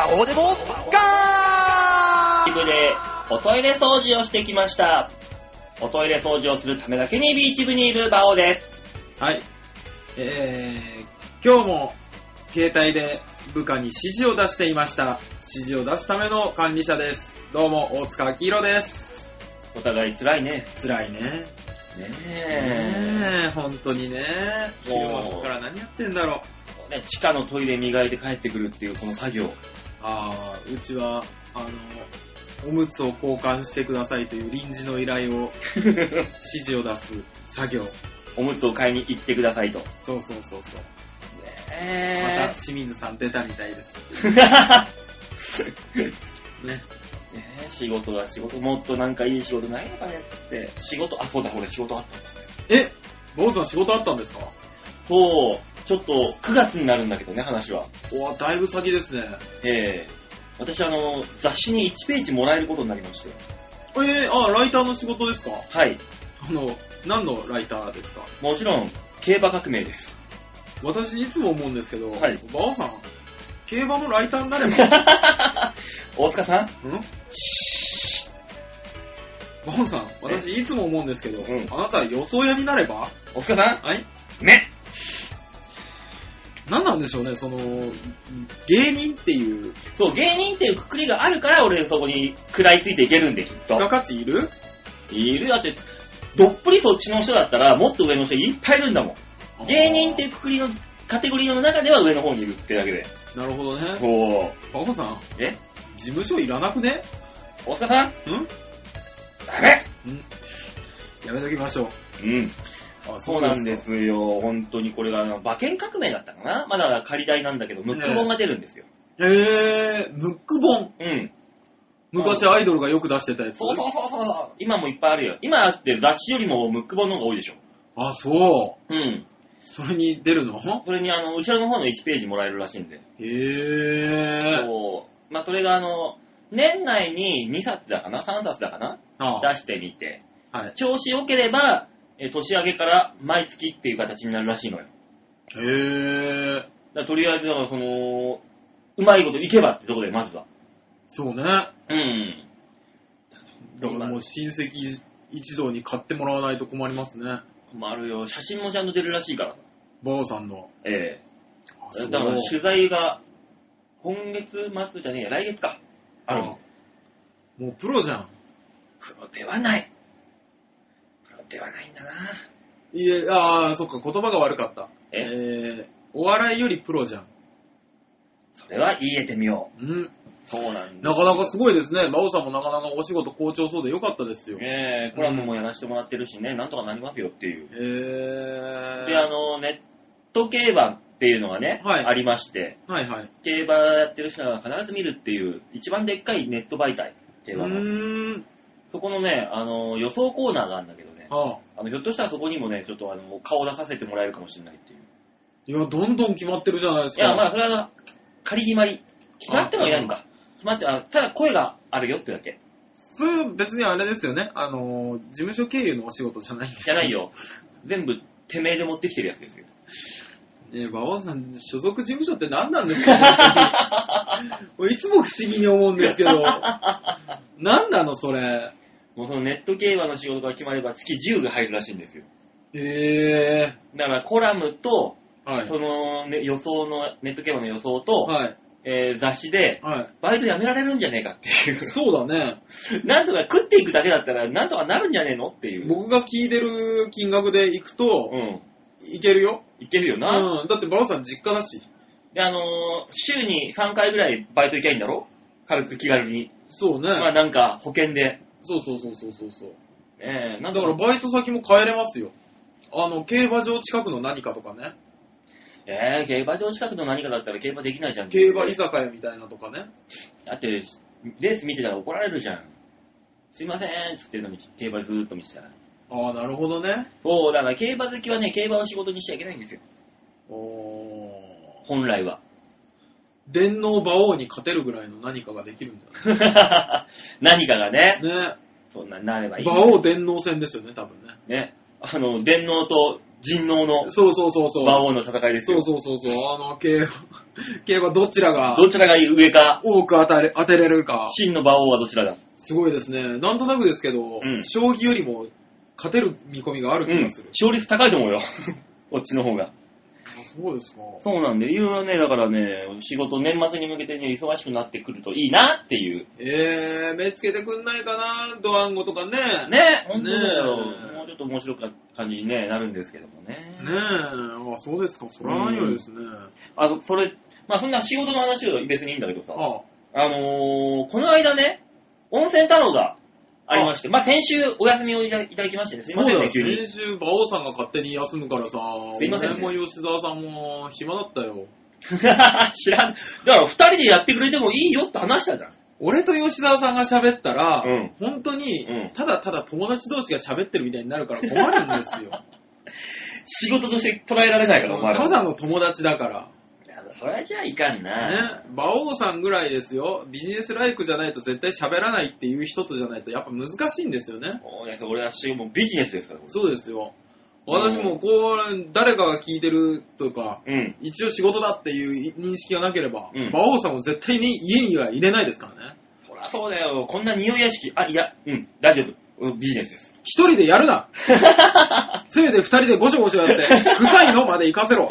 オでもガービーチ部でおトイレ掃除をしてきました。おトイレ掃除をするためだけにビーチ部にいるバオです。 はい。今日も携帯で部下に指示を出していました。指示を出すための管理者です。どうも、大塚明宏です。 お互い辛いね。 辛いね。 ねえ。 本当にね。昼間から何やってんだろう。ね、地下のトイレ磨いて帰ってくるっていうこの作業。 うちは、おむつを交換してくださいという臨時の依頼を、指示を出す作業。 おむつを買いに行ってくださいと。 そう。また清水さん出たみたいです。ね。 仕事、もっとなんかいい仕事ないのかねっつって。そうだ、俺仕事あった。 ボウさん仕事あったんですか？ そう、ちょっと9月になるんだけどね、話は。 だいぶ先ですね。 私雑誌に1ページもらえることになりまして。 ライターの仕事ですか？ はい。 何のライターですか？ もちろん、競馬革命です。 私いつも思うんですけど、 はい。 バオさん、競馬のライターになれば大塚さん？ バオさん、私いつも思うんですけど、 うん、 あなた予想屋になれば？ 大塚さん？ はい。 ね。 何なんでしょうね、芸人っていう。 そう、芸人っていうくくりがあるから、俺そこに食らいついていけるんで、きっと。 付加価値いる？ だって、どっぷりそっちの人だったら、もっと上の人いっぱいいるんだもん。芸人っていうくくりの、カテゴリーの中では上の方にいるってだけで。 なるほどね。 そう。 バオさん。事務所いらなくね？ 大塚さん？ダメ！ やめときましょう。そうなんですよ。本当にこれが馬券革命だったかな？まだ仮題なんだけど、ムック本が出るんですよ。 ムック本？昔アイドルがよく出してたやつ。 そう。今もいっぱいあるよ。今あって雑誌よりもムック本の方が多いでしょ。 そう。それに出るの？ それに後ろの方の1ページもらえるらしいんで。そう。それが年内に2冊だかな ?3 冊だかな出してみて。調子良ければ、年明けから毎月っていう形になるらしいのよ。とりあえず、うまいこといけばってとこで、まずは。 そうね。だからもう親戚一同に買ってもらわないと困りますね。 困るよ。写真もちゃんと出るらしいから。 バオさんの。 だから取材が、今月末じゃねえや、来月か。あるの。 もうプロじゃん。 プロではない。ではないんだな。 そっか、言葉が悪かった。お笑いよりプロじゃん。 それは言えてみよう。そうなんだ。 なかなかすごいですね。バオさんもなかなかお仕事好調そうでよかったですよ。 これはもうやらせてもらってるしね、なんとかなりますよっていう。で、ネット競馬っていうのがね、ありまして、競馬やってる人が必ず見るっていう、一番でっかいネット媒体、競馬の。そこのね、予想コーナーがあるんだけどね、ひょっとしたらそこにもね、ちょっと顔を出させてもらえるかもしれないっていう。 いや、どんどん決まってるじゃないですか。 それは仮決まり。決まってもいないのか。ただ声があるよってだけ。 それは別にあれですよね。事務所経由のお仕事じゃないんですよ。 じゃないよ。全部、てめえで持ってきてるやつですよ。 馬場さん、所属事務所って何なんですか？いつも不思議に思うんですけど。何なの、それ。 もうそのネット競馬の仕事が決まれば月10が入るらしいんですよ。だからコラムと、その、予想の、ネット競馬の予想と、雑誌で、バイトやめられるんじゃねえかっていう。 そうだね。 なんとか食っていくだけだったら、なんとかなるんじゃねえのっていう。 僕が聞いてる金額で行くと、いけるよ。 いけるよな。 だって馬場さん実家だし。 で、週に3回ぐらいバイト行きゃいいんだろ？軽く気軽に。 そうね。 なんか保険で。 そう。だからバイト先も変えれますよ。競馬場近くの何かとかね。 競馬場近くの何かだったら競馬できないじゃん。 競馬居酒屋みたいなとかね。 だって、レース見てたら怒られるじゃん。すいませんっつってるのに競馬ずーっと見てたら。 なるほどね。 そう、だから競馬好きはね、競馬を仕事にしちゃいけないんですよ。本来は。 電脳馬王に勝てるぐらいの何かができるんじゃない何かがね。 ね。 そんなになればいい。 馬王電脳戦ですよね、多分ね。 ね。電脳と人狼の。 そう。 馬王の戦いですよ。 そう。競馬どちらが上か。 多く当てれるか。 真の馬王はどちらだ。 すごいですね。なんとなくですけど、将棋よりも勝てる見込みがある気がする。 勝率高いと思うよ。こっちの方が。 そうですか。 そうなんで、いろいろね、だからね、仕事年末に向けてね、忙しくなってくるといいなっていう。 目つけてくんないかな、ドワンゴとかね。 ね、ほんとだよ。もうちょっと面白か感じに、ね、なるんですけどもね。 そうですか、それは何よりですね。 それ、まあそんな仕事の話は別にいいんだけどさ、この間ね、温泉太郎がありまして、まあ先週お休みをいただきましてね、すいませんね、急に。 先週、馬王さんが勝手に休むからさ、 すいませんね。 俺も吉沢さんも暇だったよ。 知らん。だから二人でやってくれてもいいよって話したじゃん。 俺と吉沢さんが喋ったら、本当に、ただただ友達同士が喋ってるみたいになるから困るんですよ。 仕事として捉えられないから、お前ら。 ただの友達だから。 それじゃいかんな。 馬王さんぐらいですよ。ビジネスライクじゃないと絶対喋らないっていう人とじゃないとやっぱ難しいんですよね。 俺はもうビジネスですから。 そうですよ。私も誰かが聞いてるとか、一応仕事だっていう認識がなければ、馬王さんも絶対に家には入れないですからね。 そりゃそうだよ。こんな匂い屋敷。いや、大丈夫。ビジネスです。 一人でやるな。せめて二人でゴショゴショやって、臭いのまで行かせろ。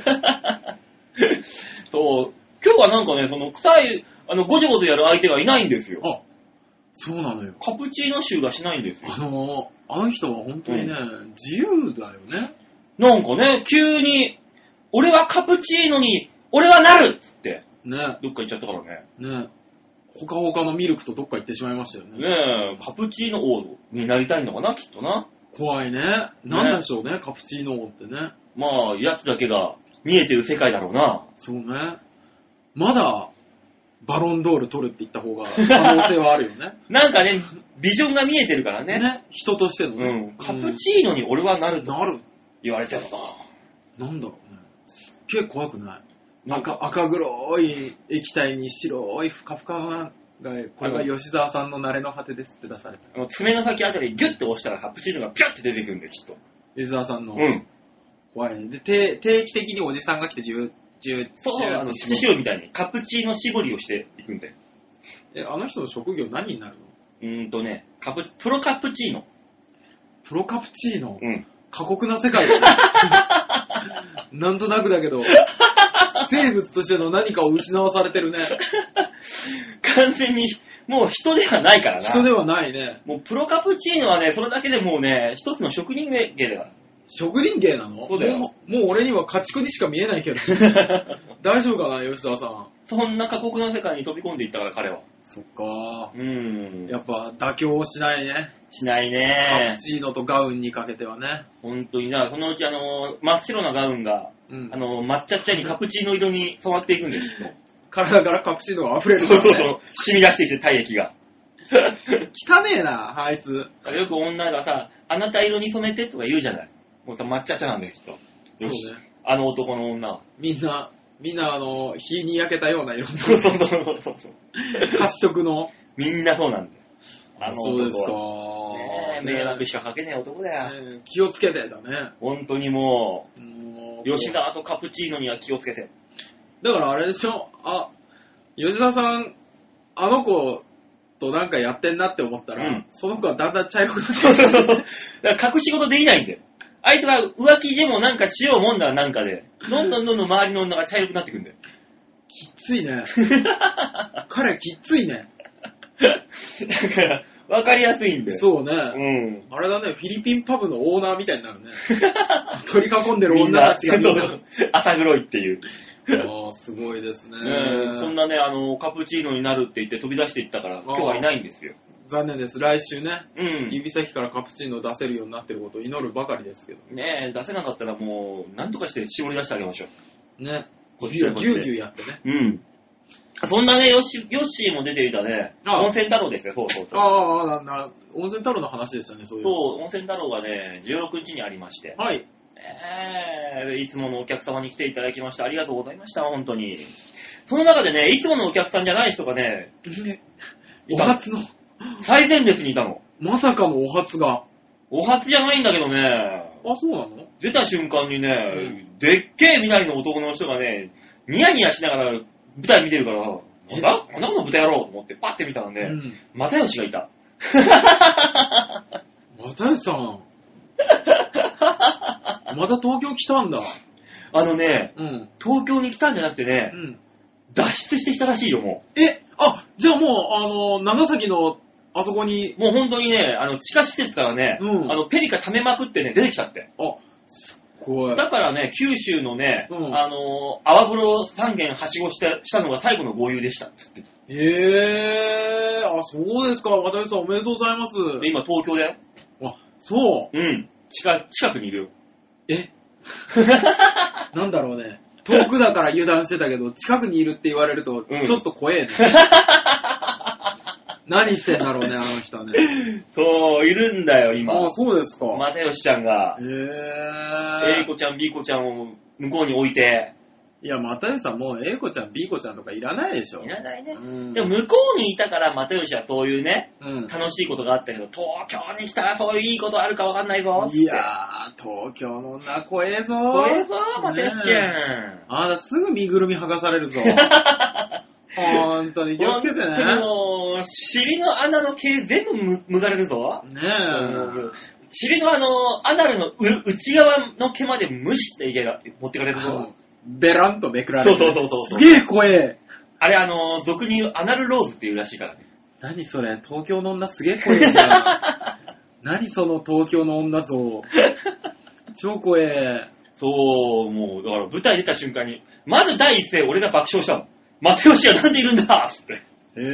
そう。今日はなんかね、その臭い、ごちょごちょやる相手がいないんですよ。 そうなのよ。 カプチーノ臭がしないんですよ。 あの人は本当にね、自由だよね。 なんかね、急に、俺はカプチーノに、俺はなるっつって、 ね。 どっか行っちゃったからね。 ね。ほかほかのミルクとどっか行ってしまいましたよね。 ねえ、カプチーノ王になりたいのかな、きっとな。 怖いね。なんでしょうね、カプチーノ王ってね。 まあ、奴だけが見えてる世界だろうな。 そうね。まだ、バロンドール取るって言った方が可能性はあるよね。 なんかね、ビジョンが見えてるからね。 人としてのね。 カプチーノに俺はなると言われてるな。なんだろうね。すっげえ怖くない。赤黒い液体に白いふかふかが、これが吉沢さんの慣れの果てですって出された。 爪の先あたりギュッて押したらカプチーノがピュッて出てくるんだよ、きっと。 吉沢さんの。怖いね。で、定期的におじさんが来てそう、土塩みたいにカプチーノ絞りをしていくんだよ。 あの人の職業何になるの？ ね、プロカプチーノ。 プロカプチーノ？過酷な世界だね。なんとなくだけど、生物としての何かを失わされてるね。 完全に、もう人ではないからな。 人ではないね。 もうプロカプチーノはね、それだけでもうね、一つの職人芸だよ。 職人芸なの？ そうだよ。 もう俺には家畜にしか見えないけど。大丈夫かな、吉沢さん。 そんな過酷な世界に飛び込んでいったから彼は。 そっか。 やっぱ妥協しないね。 しないね。 カプチーノとガウンにかけてはね。 本当にな、そのうち真っ白なガウンが、抹茶っ茶にカプチーノ色に染まっていくんだよ、きっと。 体からカプチーノが溢れる、 そう。染み出してきて体液が。 汚ねえな、あいつ。 よく女がさ、あなた色に染めてとか言うじゃない。もう抹茶茶なんだよ、きっと。 よし。 あの男の女は。 みんな火に焼けたような色の。 そう。 褐色の。 みんなそうなんだよ。 そうですか。 迷惑しかかけねえ男だよ。 気をつけてだね。 本当にもう、吉沢とカプチーノには気をつけて。 だからあれでしょ、吉沢さん、あの子となんかやってんなって思ったら、その子はだんだん茶色くなってる。 だから隠し事できないんだよ。あいつは浮気でもなんかしようもんだらなんかで、どんどん周りの女が茶色くなってくんだよ。 きついね。彼きついね。 だから、わかりやすいんだよ。 そうね。あれだね、フィリピンパブのオーナーみたいになるね。取り囲んでる女たちがみんな。 朝黒いっていう。 すごいですね。 そんなね、カプチーノになるって言って飛び出していったから、今日はいないんですよ。 残念です。来週ね、指先からカプチーノを出せるようになってることを祈るばかりですけど。 ねえ、出せなかったらもう、なんとかして絞り出してあげましょう。 ね。ギューやってね。 そんなね、ヨッシーも出ていたね、温泉太郎ですよ、そう。 温泉太郎の話でしたね、そういう。 そう、温泉太郎がね、16日にありまして。 はい。 いつものお客様に来ていただきましてありがとうございました、本当に。その中でね、いつものお客さんじゃない人がね、 お初の最前列にいたの。 まさかのお初が。 お初じゃないんだけどね、 あ、そうなの？ 出た瞬間にね、でっけえ身なりの男の人がね、ニヤニヤしながら舞台見てるから、なんだこんなこと豚野郎と思ってパッて見たらね、又吉がいた。 又吉さん。また東京来たんだ。 東京に来たんじゃなくてね、脱出してきたらしいよ、もう。 じゃあもう、長崎の、あそこに。 もう本当にね、地下施設からね、ペリカ溜めまくってね、出てきちゃって。 すっごい。 だからね、九州のね、泡風呂3軒はしごしたのが最後の豪遊でしたっつって。 そうですか。又吉さんおめでとうございます。 で、今東京だよ。 そう。 近くにいるよ。 なんだろうね。遠くだから油断してたけど、近くにいるって言われると、ちょっと怖えね。何してんだろうね、あの人ね。 そう、いるんだよ、今。 そうですか。 又吉ちゃんが。A 子ちゃん、B 子ちゃんを向こうに置いて。 いや、又吉さんもう A 子ちゃん、B 子ちゃんとかいらないでしょ。 いらないね。でも向こうにいたから又吉はそういうね、楽しいことがあったけど、東京に来たらそういういいことあるかわかんないぞ。 いやー、東京の女怖えぞ。 怖えぞ、又吉ちゃん。 すぐ身ぐるみ剥がされるぞ。ほんとに気をつけてね。 もう、尻の穴の毛全部剥がれるぞ。 ねえ。 尻のアナルの内側の毛までむしって持ってかれるぞ。 ベランとめくられる。 そう。 すげえ怖え。 あれ俗に言うアナルローズって言うらしいからね。 何それ、東京の女すげえ怖えじゃん。何その東京の女像。超怖え。 そう、もう、だから舞台出た瞬間に、まず第一声俺が爆笑したの。又吉はなんでいるんだつって。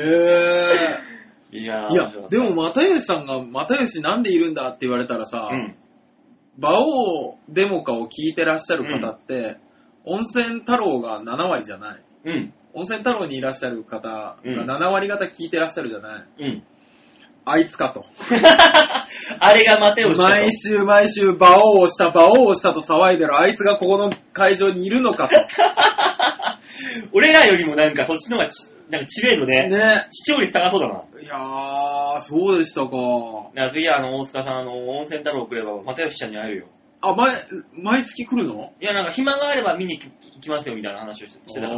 いや、 でも又吉さんが又吉なんでいるんだって言われたらさ、馬王デモカを聞いてらっしゃる方って、温泉太郎が7割じゃない。温泉太郎にいらっしゃる方が7割方聞いてらっしゃるじゃない。あいつかと。 あれが又吉だと。 毎週馬王をしたと騒いでるあいつがここの会場にいるのかと。 俺らよりもなんかそっちの方がなんか知名度ね。視聴率高そうだな。 いやー、そうでしたか。 次は大塚さん温泉太郎来れば又吉ちゃんに会えるよ。 毎月来るの？ いや、なんか暇があれば見に行きますよみたいな話をしてたから。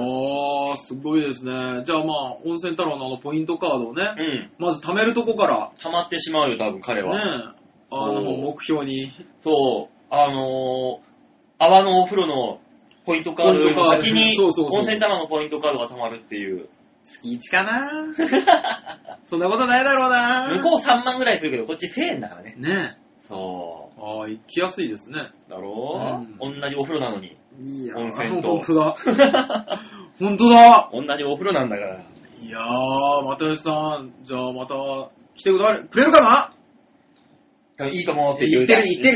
すごいですね。じゃあ温泉太郎のポイントカードをね、まず貯めるとこから。 貯まってしまうよ、多分彼は。 ね目標に。 そう、泡のお風呂のポイントカードよりも先に温泉太郎のポイントカードが貯まるっていう。 月1かなそんなことないだろうな。 向こう3万ぐらいするけど、こっち1000円だからね。 ね。 そう。 行きやすいですね。 だろ同じお風呂なのに。温泉と。 ほんとだ。ほんとだ。 同じお風呂なんだから。 いやー、又吉さん、じゃあまた来てくれるかな？ いいと思うって言って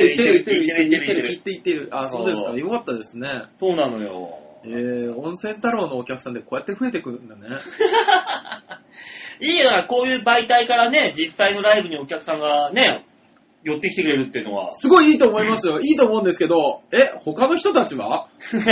る。そうですか。よかったですね。 そうなのよ。 温泉太郎のお客さんでこうやって増えてくるんだね。 いいよな、こういう媒体からね、実際のライブにお客さんがね、寄ってきてくれるっていうのは。すごいいいと思いますよ。いいと思うんですけど、他の人たちは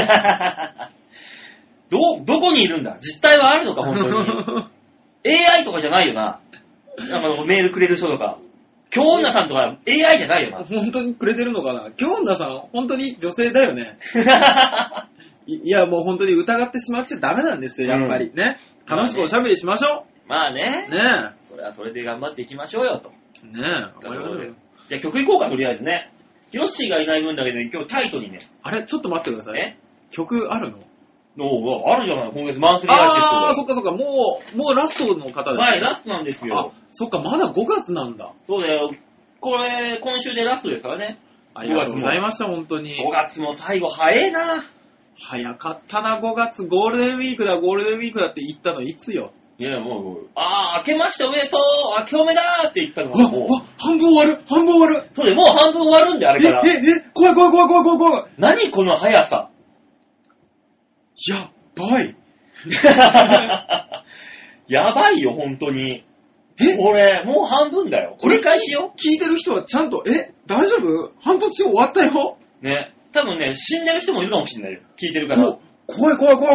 どこにいるんだ？実態はあるのか、本当に。AI とかじゃないよな。なんかメールくれる人とか。京女さんとか AI じゃないよな。 本当にくれてるのかな？京女さん、本当に女性だよね。いや、もう本当に疑ってしまっちゃダメなんですよ、やっぱり。ね。楽しくおしゃべりしましょう。まあね。 ねそれはそれで頑張っていきましょうよと。 ねじゃあ曲いこうか、とりあえずね。ヨッシーがいない分だけで今日タイトにね。 あれちょっと待ってください。曲あるの？ あるじゃない、今月マンスリーアーティスト。 そっか。もうラストの方ですね。 はい、ラストなんですよ。 そっか、まだ5月なんだ。 そうだよ。これ、今週でラストですからね。 ありがとうございました、本当に。 5月も最後早えな。 早かったな、5月。ゴールデンウィークだって言ったのいつよ。 いや、もう、明けましておめでとう、明けおめだーって言ったのがもう。 半分終わる。 そうで、もう半分終わるんで、あれから。 怖い。 何この速さ。 やばい。 やばいよ、本当に。これ、もう半分だよ。繰り返しよ。 聞いてる人はちゃんと、大丈夫？半年終わったよ。 ね。多分ね、死んでる人もいるかもしれないよ。聞いてるから。 怖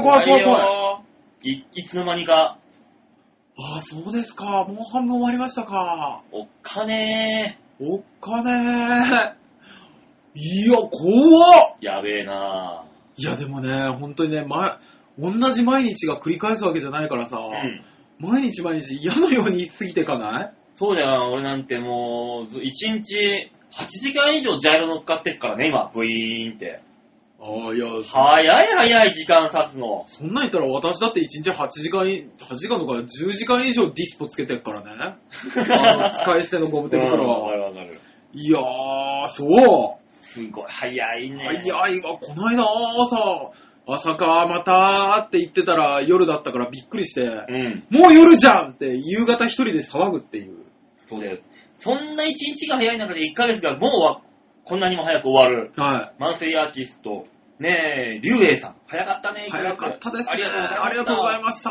い。 いつの間にか。 そうですか。もう半分終わりましたか。 おっかねー。 いや、怖っ。 やべえな。 いや、でもね、本当にね、同じ毎日が繰り返すわけじゃないからさ、毎日嫌のように過ぎてかない？ そうだよ、俺なんてもう、1日8時間以上ジャイロ乗っかってっからね、今、ブイーンって。 いや、 早い時間経つの。 そんなん言ったら私だって1日8時間とか10時間以上ディスポつけてっからね。使い捨てのゴム手袋は。 わかる。 いやー、そう。 すごい、早いね。 早いわ、こないだ朝か、またって言ってたら夜だったからびっくりして、もう夜じゃんって夕方一人で騒ぐっていう。 そうだよ。そんな1日が早い中で1ヶ月がもうこんなにも早く終わる。 はい。 マンスリーアーティスト、ねえ、リュウエイさん。早かったね。 早かったですね。ありがとうございました。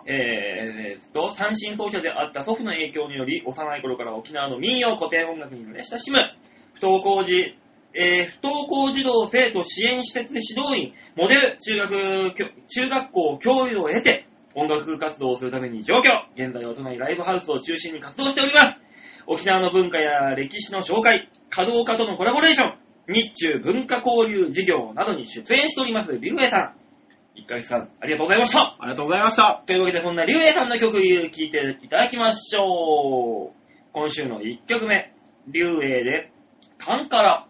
三振奏者であった祖父の影響により、幼い頃から沖縄の民謡古典音楽に慣れ親しむ、不登校児童生徒支援施設で指導員、モデル中学校教諭を経て、音楽活動をするために上京。現在は都内ライブハウスを中心に活動しております。沖縄の文化や歴史の紹介、華道家とのコラボレーション、日中文化交流事業などに出演しております、リュウエイさん。1ヶ月間、ありがとうございました。 ありがとうございました。 というわけで、そんなリュウエイさんの曲聴いていただきましょう。今週の1曲目、リュウエイで、カンカラ。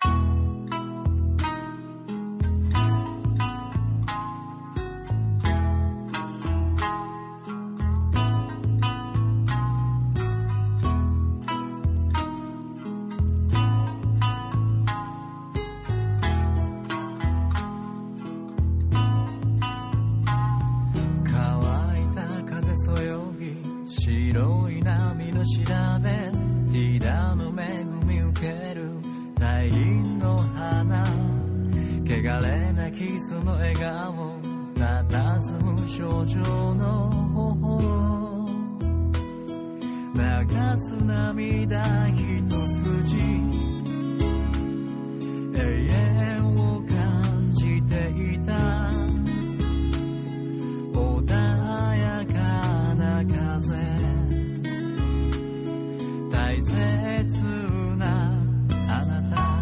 その笑顔佇む少女の頬流す涙一筋永遠を感じていた穏やかな風大切なあなた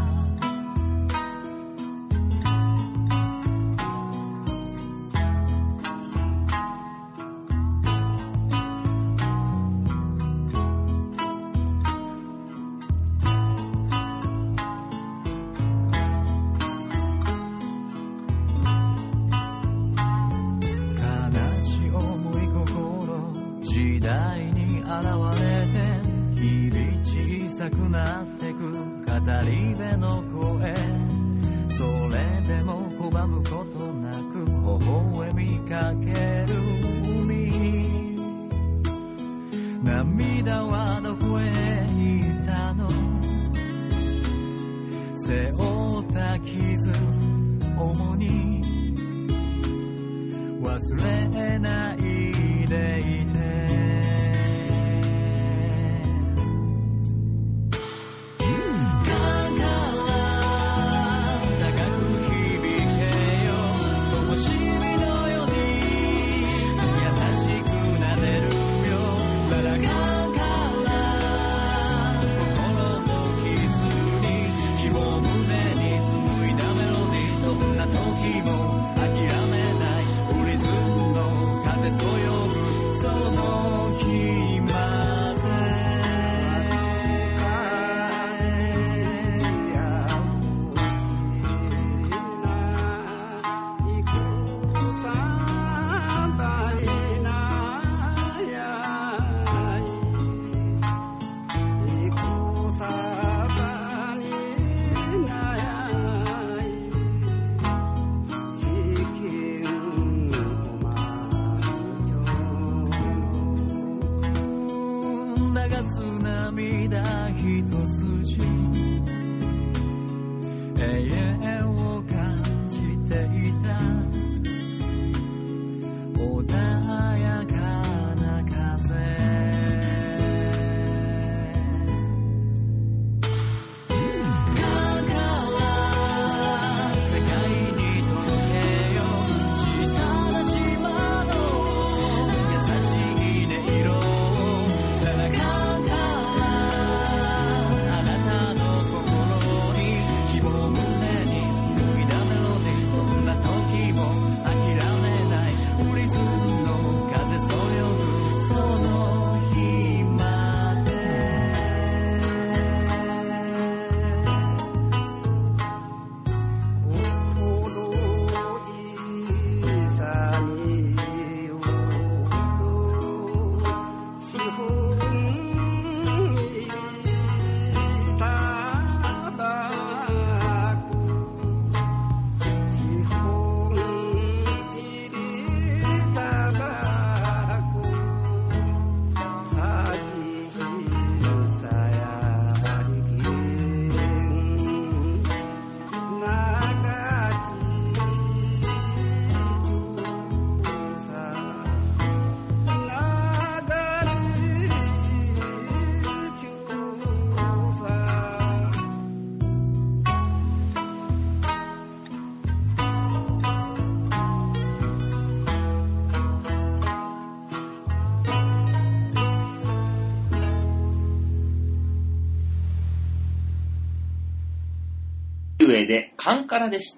涙はどこへ行ったの背負った傷重に忘れないでいて希望上でカンカラでした。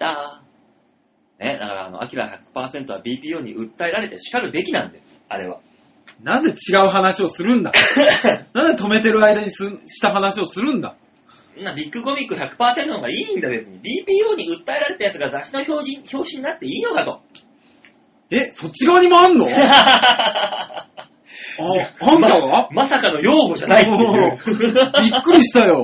ね、だからアキラ 100% は BPO に訴えられて叱るべきなんだよ、あれは。 なぜ違う話をするんだなんで止めてる間にした話をするんだ。 ビッグコミック 100% の方がいいんだ別に。BPO に訴えられたやつが雑誌の表紙になっていいのかと。 そっち側にもあんのあんたは、 まさかの擁護じゃないっていう。 びっくりしたよ。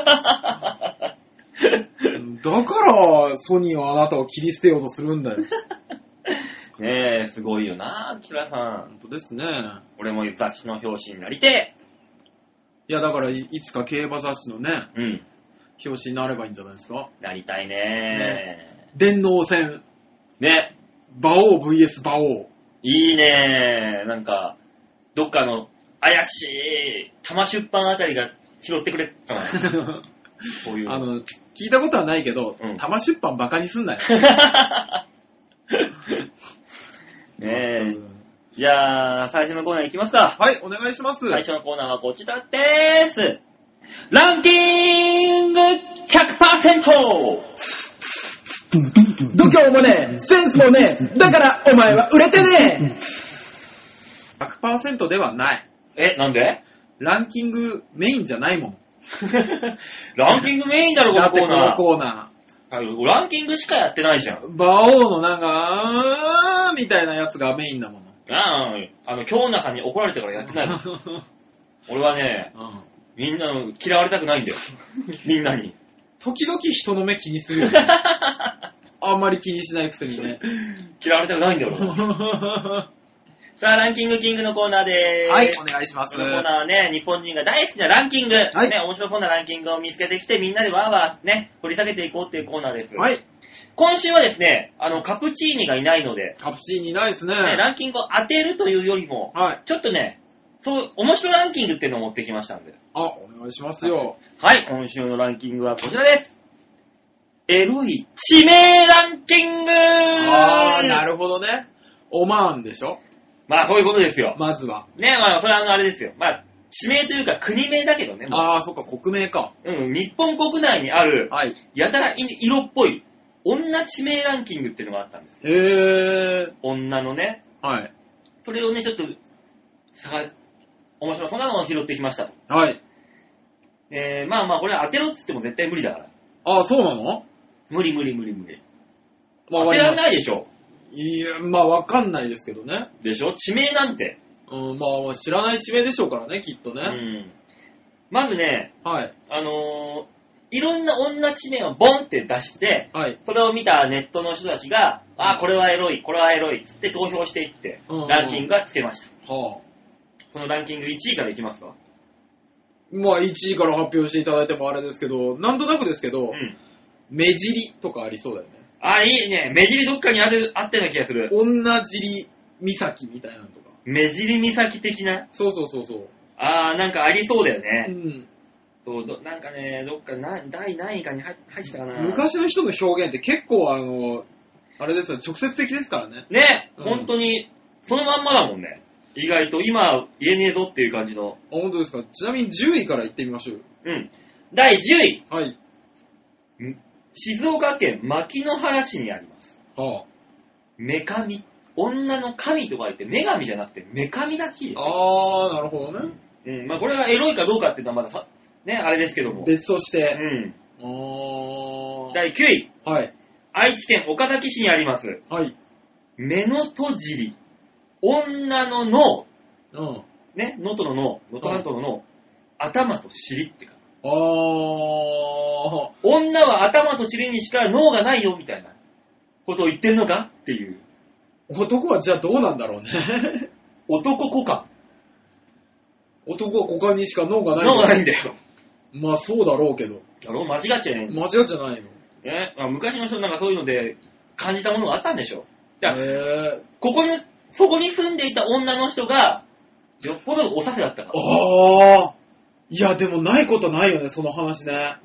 だからソニーはあなたを切り捨てようとするんだよ。 ねえ、すごいよな、キラさん。 本当ですね。 俺も雑誌の表紙になりてえ。 いや、だからいつか競馬雑誌のね、表紙になればいいんじゃないですか。 なりたいね。 電脳戦。 ね。 馬王 VS 馬王。 いいね。なんか、どっかの怪しい玉出版あたりが拾ってくれたな。こういう聞いたことはないけど、玉出版バカにすんなよ。 ねえ。じゃあ、最初のコーナーいきますか。 はい、お願いします。 最初のコーナーはこちらでーす。ランキング 100%! 度胸もねえ、センスもねえ、だからお前は売れてねえ。 100% ではない。 なんで？ ランキングメインじゃないもん。 ランキングメインだろ、このコーナー。 だってこのコーナー。ランキングしかやってないじゃん。 馬王のなんか、みたいなやつがメインだもの。 京奈さんに怒られてからやってないもん。俺はね、みんな嫌われたくないんだよ。みんなに。 時々人の目気にするよ。あんまり気にしないくせにね。 嫌われたくないんだよ、俺は。さあ、ランキングキングのコーナーでーす。 はい、お願いします。 このコーナーはね、日本人が大好きなランキング、ね、面白そうなランキングを見つけてきて、みんなでわーわーね、掘り下げていこうっていうコーナーです。 はい。 今週はですね、カプチーニがいないので、 カプチーニいないですね。 ランキングを当てるというよりも、ちょっとね、面白ランキングっていうのを持ってきましたんで。 お願いしますよ。 はい、今週のランキングはこちらです。エロい地名ランキング。 なるほどね。オマーンでしょ。 まあそういうことですよ。 まずは。 ね、それはあれですよ。地名というか国名だけどね。 そっか、国名か。 日本国内にある、やたら色っぽい女地名ランキングっていうのがあったんですよ。女のね。はい。それをね、ちょっと、面白そうなのを拾ってきましたと。はい。これ当てろっつっても絶対無理だから。 そうなの？ 無理。当てられないでしょ。 いや、わかんないですけどね。 でしょ？地名なんて。 知らない地名でしょうからね、きっとね。 まずね、いろんな女地名をボンって出して、それを見たネットの人たちが、これはエロい、これはエロいっつって投票していって、ランキングがつけました。そのランキング1位からいきますか ？1位から発表していただいてもあれですけど、なんとなくですけど、目尻とかありそうだよね。 いいね。目尻どっかにあったような気がする。 女尻岬みたいなのとか。 目尻岬的な？ そう。 なんかありそうだよね。なんかね、どっか第何位かに入ってたかな。 昔の人の表現って結構あれですよ、直接的ですからね。 ね、本当に、そのまんまだもんね。意外と今言えねえぞっていう感じの。 本当ですか。ちなみに10位から言ってみましょう。 第10位。 はい。 静岡県牧之原市にあります。女神。女の神とか言って、女神じゃなくて女神らしいです。 なるほどね。 これがエロいかどうかっていうのはまだあれですけども。 別として。 第9位。 はい。 愛知県岡崎市にあります。 はい。 目の閉じり。女の脳。ね、能登の脳、能登半島の脳。頭と尻ってか。女は頭と尻にしか脳がないよみたいなことを言ってるのかっていう。 男はじゃあどうなんだろうね。 男股間。 男は股間にしか脳がない。 脳がないんだよ。 そうだろうけど。 間違っちゃいない。 間違っちゃないよ。 ね、昔の人なんかそういうので感じたものがあったんでしょ。そこに住んでいた女の人がよっぽどおさせだったから。 いやでもないことないよね、その話ね。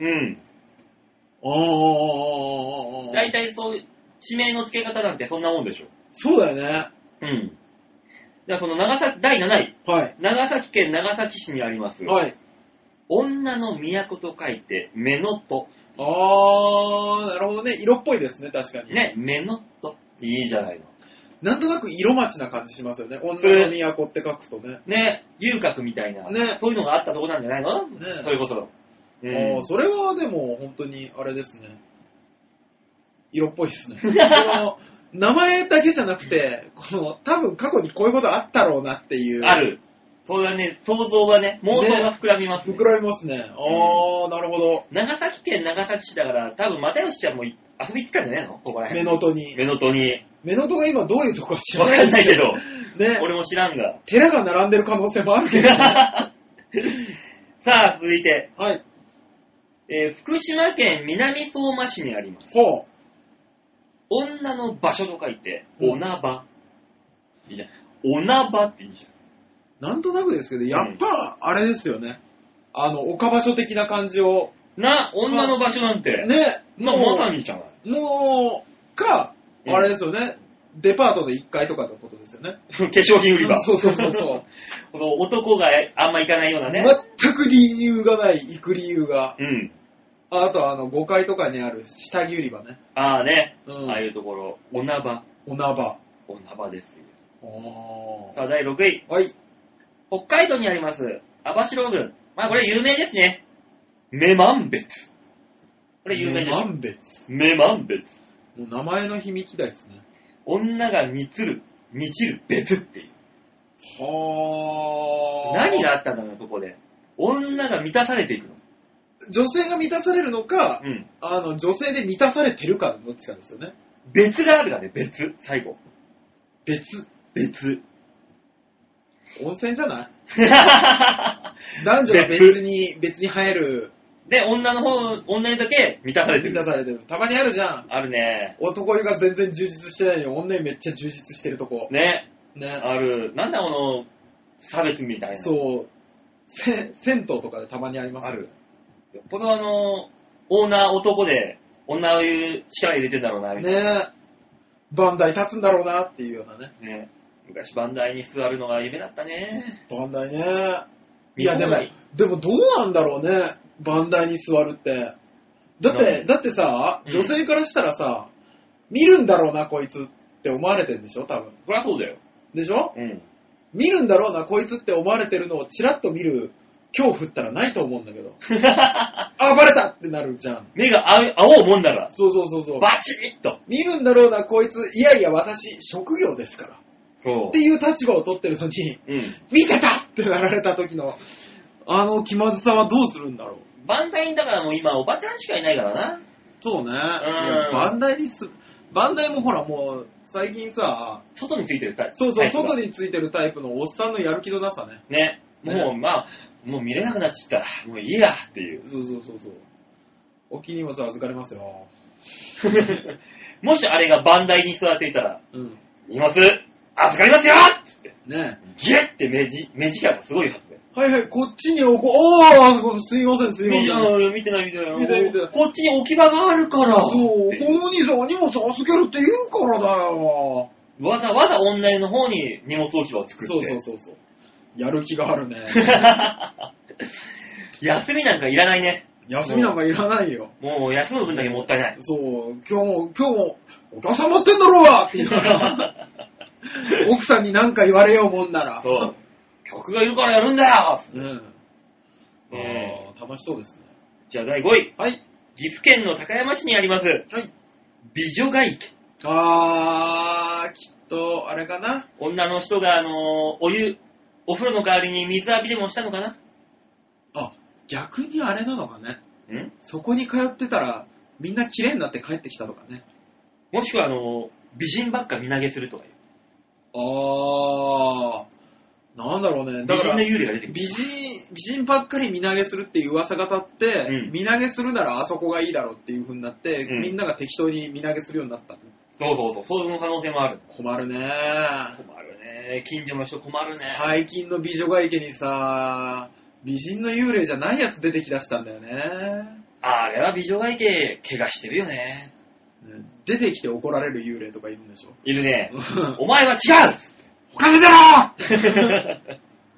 大体そういう地名の付け方なんてそんなもんでしょ。 そうだよね。 じゃあその第7位。 はい。 長崎県長崎市にあります。 はい。 女の都と書いて、目のと。 などね、色っぽいですね、確かに。 ね、メノット。いいじゃないの。 なんとなく色町な感じしますよね。女の都って書くとね。 ね、遊郭みたいな、ね。そういうのがあったとこなんじゃないのね。それこそ。 それはでも、本当に、あれですね。色っぽいですね。名前だけじゃなくて、多分過去にこういうことあったろうなっていう。 ある。そうだね、想像がね、妄想が膨らみますね。 膨らみますね。なるほど。 長崎県長崎市だから、多分又吉ちゃんも遊び行ったんじゃないのここら辺。 目のとに。 目のとに。 目のとが今どういうとこか知らない。 わかんないけど。 ね。 俺も知らんが。 寺が並んでる可能性もあるけど、ね。 さあ、続いて。 はい。 福島県南相馬市にあります。 ほう。 女の場所と書いて、おなば。いいじゃん。おなばっていいじゃん。 なんとなくですけど、やっぱ、あれですよね。岡場所的な感じを。 女の場所なんて。 ね。 まさにじゃない。 もう、あれですよね。デパートの1階とかのことですよね。 化粧品売り場。 そう。 この男があんま行かないようなね。 全く理由がない、行く理由が。 うん。 あと5階とかにある下着売り場ね。 ああね。ああいうところ。おなば。 おなばですよ。 さあ、第6位。 はい。 北海道にあります、網代郡。まあこれ有名ですね。女満別。これ有名です。女満別。 もう名前の響きだですね。 女が満ちる別っていう。 はー。 何があったんだろう、ここで。女が満たされていくの。 女性が満たされるのか、女性で満たされてるか、どっちかですよね。 別があるからね、別。最後。 別。温泉じゃない男女が別に入る。 で、女にだけ満たされてる。 たまにあるじゃん。 あるね。 男湯が全然充実してないのに、女湯めっちゃ充実してるとこ。 ね。ある。なんだこの、差別みたいな。 そう。銭湯とかでたまにあります。 ある。このオーナー男で、女湯力入れてんだろうな、みたいな。 ね。バンダイ立つんだろうなっていうようなね。 ね。昔バンダイに座るのが夢だったね。 バンダイね。いやでもどうなんだろうね。バンダイに座るって。だってさ、女性からしたらさ、見るんだろうなこいつって思われてるんでしょ多分。 そりゃそうだよ。 でしょ？見るんだろうなこいつって思われてるのをチラッと見る恐怖ったらないと思うんだけど。あ、バレたってなるじゃん。 目が青うもんだら。 そう。 バチッと。 見るんだろうなこいつ、いや私、職業ですから。 そう。 っていう立場を取ってるのに、見てたってなられた時の、気まずさはどうするんだろう。 バンダイだからもう今おばちゃんしかいないからな。 そうね。バンダイもほらもう、最近さ、 外についてるタイプ。 そう、外についてるタイプのおっさんのやる気のなさね。 ね。もう見れなくなっちゃった。もういいやっていう。 そう。お気に物預かりますよ。 もしあれがバンダイに座っていたら、荷物預かりますよつって。 ね。 ギュッて目力がすごいはずだよ。 はい、こっちに置こう。すいません。 見てない。こっちに置き場があるから。 そう、この兄さんは荷物預けるって言うからだよ。 わざわざ女湯の方に荷物置き場を作って。 そう。やる気があるね。 休みなんかいらないね。 休みなんかいらないよ。 もう休む分だけもったいない。 そう、今日も、お母さん待ってんだろうがって言いながら、奥さんに何か言われようもんなら。 そう。客がいるからやるんだよ。 楽しそうですね。 じゃあ第5位。 はい。 岐阜県の高山市にあります。はい。美女ヶ池。きっと、あれかな。 女の人がお風呂の代わりに水浴びでもしたのかな。 逆にあれなのかね。そこに通ってたら、みんな綺麗になって帰ってきたとかね。 もしくは美人ばっか身投げするとかいう。 なんだろうね。 美人の幽霊が出てくる。 美人ばっかり身投げするっていう噂が立って、身投げするならあそこがいいだろうっていう風になって、みんなが適当に身投げするようになった。 そういう可能性もある。 困るね。 近所の人困るね。 最近の美女が池にさ、美人の幽霊じゃないやつ出てきだしたんだよね。 あれは美女が池、怪我してるよね。 出てきて怒られる幽霊とかいるんでしょ。 いるね。お前は違うお金だろ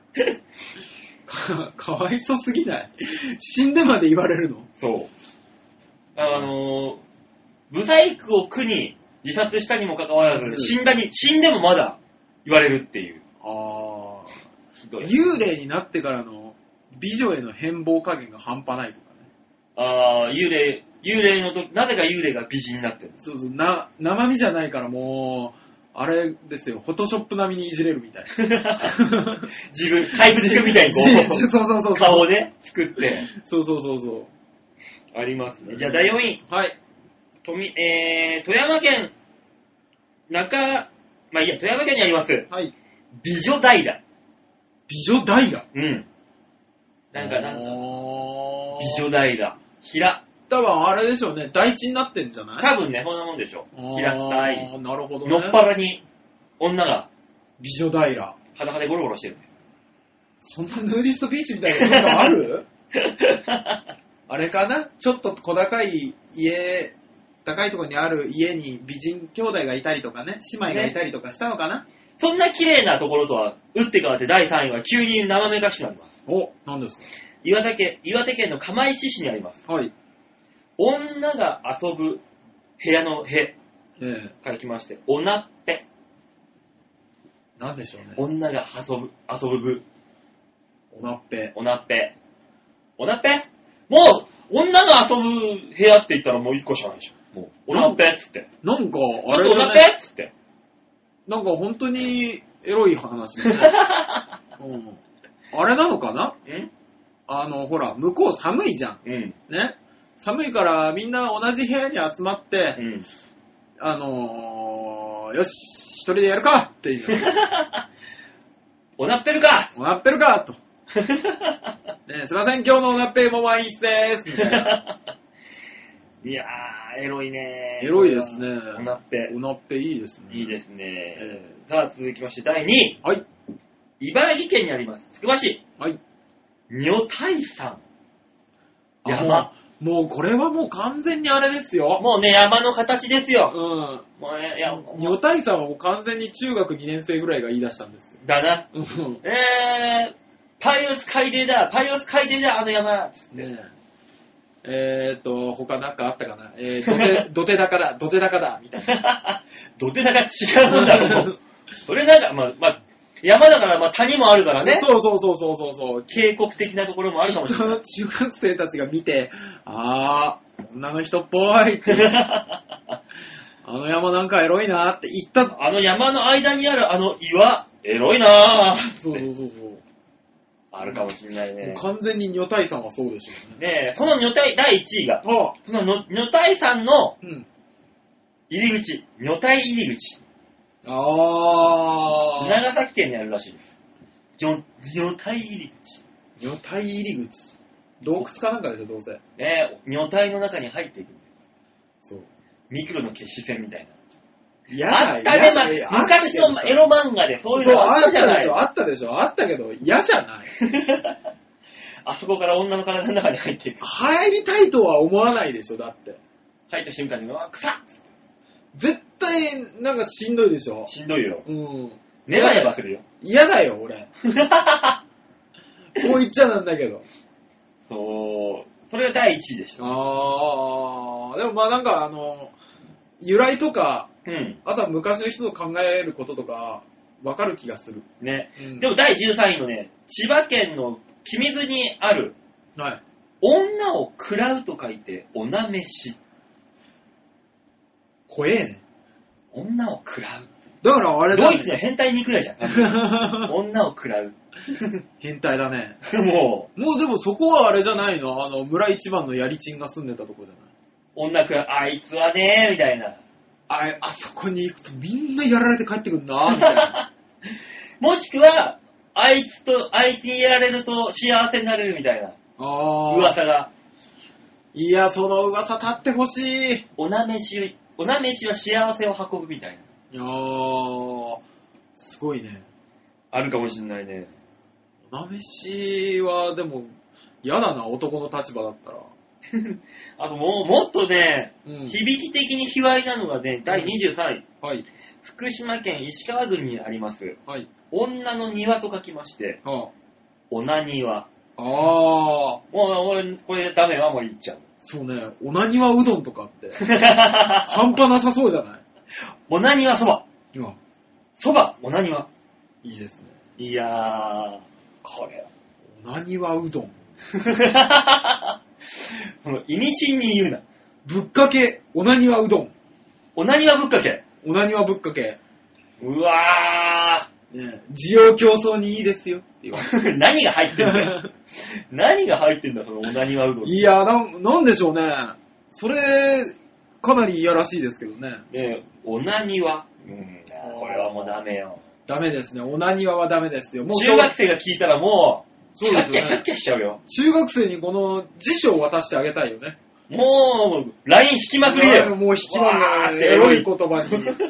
かわいそすぎない？死んでまで言われるの？ そう。 ブサイクを苦に自殺したにもかかわらず、死んでもまだ言われるっていう。 ひどい。幽霊になってからの美女への変貌加減が半端ないとかね。 幽霊の時、なぜか幽霊が美人になってる。 そうそう、生身じゃないからもう、あれですよ、フォトショップ並みにいじれるみたいな。 自分、怪物みたいにこう、 そう顔をね、作って。 そう。 ありますね。じゃあ第4位。 はい。 富山県、まあいいや、富山県にあります。 はい。 美女平。 美女平？ うん。なんか、美女平。 多分あれでしょうね、台地になってんじゃない？ 多分ね、そんなもんでしょ。平たい。 なるほどね。 のっぱらに女が。 美女平。 裸でゴロゴロしてる。 そんなヌーディストビーチみたいなことある？あれかな？ちょっと小高い家、高いところにある家に美人兄弟がいたりとかね、姉妹がいたりとかしたのかな？ そんな綺麗なところとは、打って変わって第3位は急に生めかしくなります。 お、何ですか？ 岩手県の釜石市にあります。 はい。 女が遊ぶ部屋の部から来まして、おなっぺ。 なんでしょうね。 女が遊ぶ部。 おなっぺ。 おなっぺ。もう、女が遊ぶ部屋って言ったらもう1個しかないでしょ。もう、おなっぺっつって。 なんか、あれ、 おなっぺっつって。 なんか本当にエロい話ね。うん。あれなのかな？ほら、向こう寒いじゃん。 うん。 ね。寒いからみんな同じ部屋に集まって、よし、一人でやるかっていう。 おなってるかと。ね、すいません、今日のおなっぺもワイン室でーす。みたいな。 いやー、エロいねー。 エロいですね。 おなっぺ。 おなっぺいいですね。 いいですね。さあ、続きまして第2位。 はい。 茨城県にあります、つくば市。 はい。 女体山。山。 もうこれはもう完全にあれですよ。 もうね、山の形ですよ。 うん。 もうね、いや、 女体山はもう完全に中学2年生ぐらいが言い出したんですよ。 だな。パイオス海底だ、あの山。 ね他なんかあったかな。土手高だ、みたいな。 土手高違うもんだろ、もう。それなんか、まあ、山だから、谷もあるからね。 そう。 渓谷的なところもあるかもしれない。 中学生たちが見て、女の人っぽいって。あの山なんかエロいなって言った。 あの山の間にあるあの岩、エロいなぁ。 そう。 あるかもしれないね。 完全に女体山はそうでしょうね。 ねえ、その第1位が、その女体山の入り口、女体入り口。長崎県にあるらしいです。女体入り口。 女体入り口。洞窟かなんかでしょ、どうせ。 女体の中に入っていく。 そう。 ミクロの決死戦みたいな。 あったね、昔のエロ漫画でそういうのあったじゃない。 あったでしょ、あったけど、嫌じゃないあそこから女の体の中に入っていく。 入りたいとは思わないでしょ、だって。 入った瞬間に、草っ絶対、なんかしんどいでしょ。 しんどいよ。 うん。 ネバネバするよ。 嫌だよ、俺。こう言っちゃなんだけど。 そう。それが第1位でした。 でもまあなんか由来とか、あとは昔の人の考えることとか、わかる気がする。 ね。でも第13位のね、千葉県の君津にある、 はい。 女を食らうと書いて、おなめし。 怖えね。 女を食らう。 だからあれだ、 ドイツの変態にくらいじゃん。女を食らう。 変態だね。 もうでもそこはあれじゃないの？村一番のやりちんが住んでたとこじゃない？ 女食らう、あいつはねー、みたいな。 あそこに行くとみんなやられて帰ってくるなー、みたいな。 もしくは、あいつにやられると幸せになれるみたいな。噂が。 いや、その噂立ってほしい。 おなめしは幸せを運ぶみたいな。 すごいね。 あるかもしんないね。 おなめしは、でも、嫌だな、男の立場だったら。 あともっとね、響き的に卑猥なのがね、第23位。 はい。 福島県石川郡にあります。 はい。 女の庭と書きまして、おな庭。 もう俺、これダメはもう言っちゃう。 そうね、おなにわうどんとかって、半端なさそうじゃない？ おなにわそば。そば、おなにわ。 いいですね。 いやー、これ。 おなにわうどん。 意味深に言うな。 ぶっかけ、おなにわうどん。 おなにわぶっかけ。 おなにわぶっかけ。 うわー。ね、需要競争にいいですよって言われて。 何が入ってんだよ。何が入ってんだ、そのおなにわうどん。 いや、なんでしょうね。それ、かなり嫌らしいですけどね。 おなにわ。これはもうダメよ。 ダメですね。おなにわはダメですよ。 もう中学生が聞いたらもう、 そうですよね。 キャッキャしちゃうよ。 中学生にこの辞書を渡してあげたいよね。 もう、LINE 引きまくりだよ。 もう引きまくり。エロい言葉に。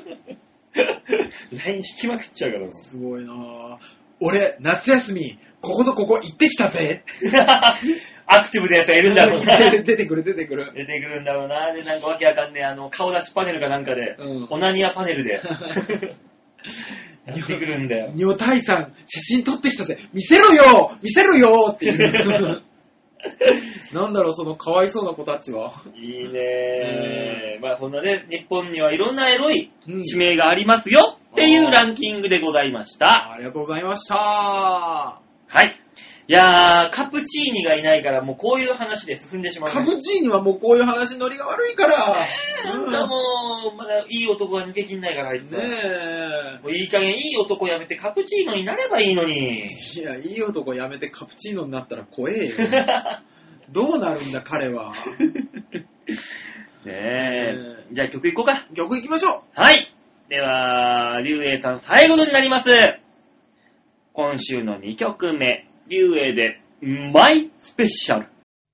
LINE 引きまくっちゃうから。 すごいなぁ。俺、夏休み、こことここ行ってきたぜ。 アクティブなやつがいるんだろうな。 出てくる。出てくるんだろうな。で、なんかわけわかんねえ、顔出しパネルかなんかで、オナニアパネルで。やってくるんだよ。 女体さん、写真撮ってきたぜ。見せろよっていう。なんだろう、そのかわいそうな子たちは。 いいねー。まあそんなね、日本にはいろんなエロい地名がありますよっていうランキングでございました。 ありがとうございました。 はい。いやー、カプチーニがいないからもうこういう話で進んでしまう、ね。 カプチーニはもうこういう話ノリが悪いから。 なんかもう、まだいい男が抜けきんないからあいつ。ねえ。もういい加減いい男やめてカプチーノになればいいのに。 いや、いい男やめてカプチーノになったら怖えよ。どうなるんだ彼は。 ねえ。じゃあ曲いこうか。 曲いきましょう。 はい。では、リュウエイさん最後になります。今週の2曲目。リュウエイでマイスペシャル。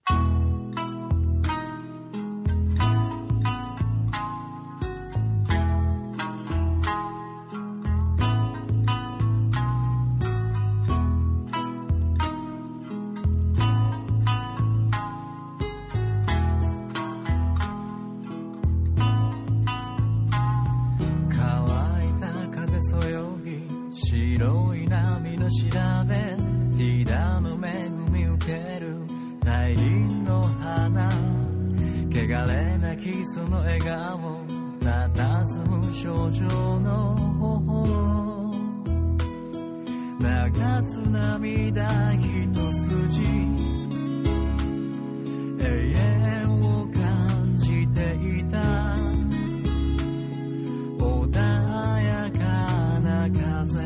乾いた風そよぎ白い波の調べティダの恵み受ける大輪の花汚れなきその笑顔佇む少女の頬流す涙一筋永遠を感じていた穏やかな風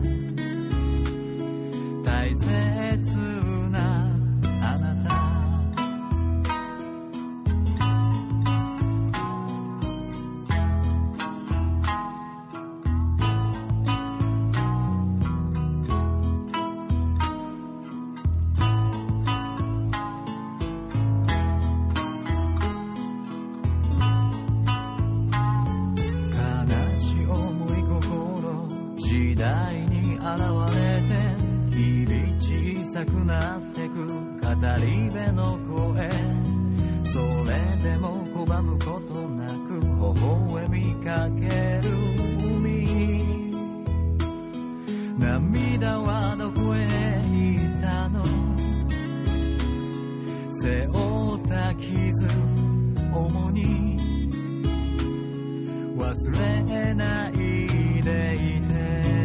大切なあなた悲しい思い心時代に現れて小さくなってく語り部の声それでも拒むことなく微笑みかける海涙はどこへ行ったの背負った傷重に忘れないでいて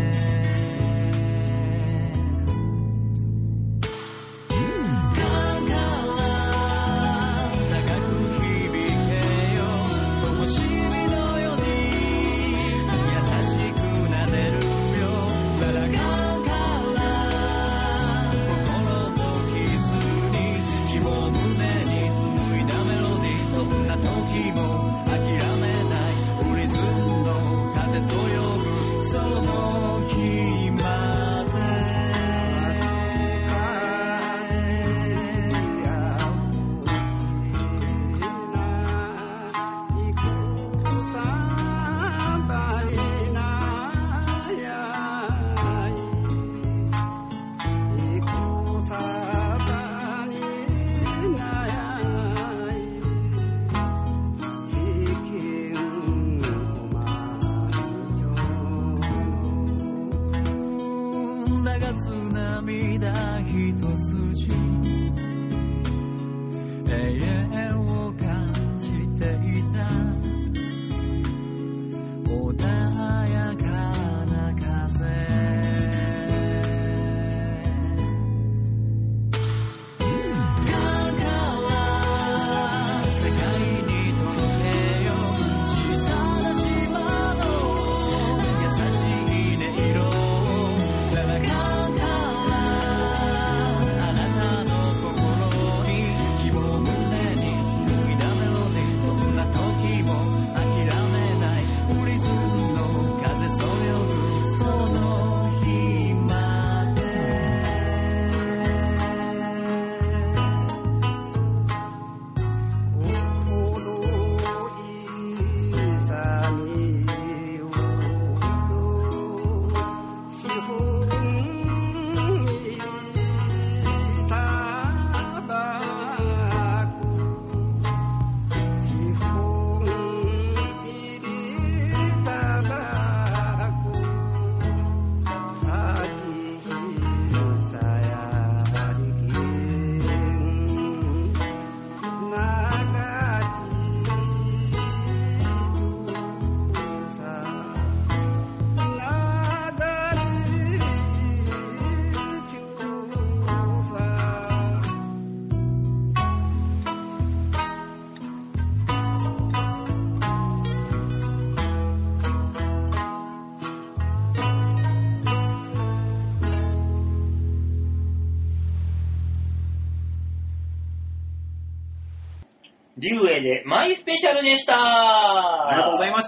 涙一筋永遠をリュウエでマイスペシャルでした。 ありがとうございました。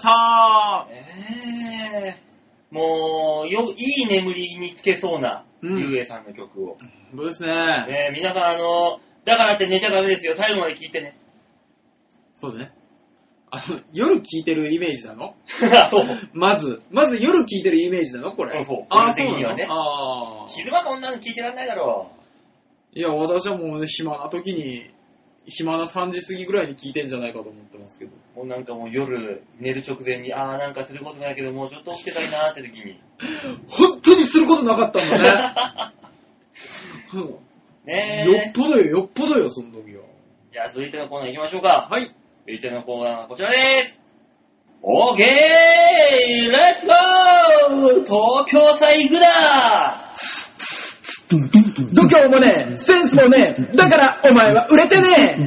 もう、いい眠りにつけそうな、リュウエさんの曲を。 そうですね。 皆さん、だからって寝ちゃダメですよ。最後まで聞いてね。 そうね。夜聞いてるイメージなの？ そう。 まず夜聞いてるイメージなのこれ。 そう。 あ、 そう的にはね。昼間こんなの聞いてらんないだろう。いや、私はもうね、暇な3時過ぎぐらいに聞いてんじゃないかと思ってますけど。 もうなんかもう夜、寝る直前に、なんかすることないけど、もうちょっと起きてたいなーって時に。 本当にすることなかったんだね。 ねよっぽどよ、その時は。 じゃあ続いてのコーナー行きましょうか。 はい。 続いてのコーナーはこちらです。オーケーレッツゴー東京さ行くだ度胸もねえ、センスもねえ、だからお前は売れてねえ。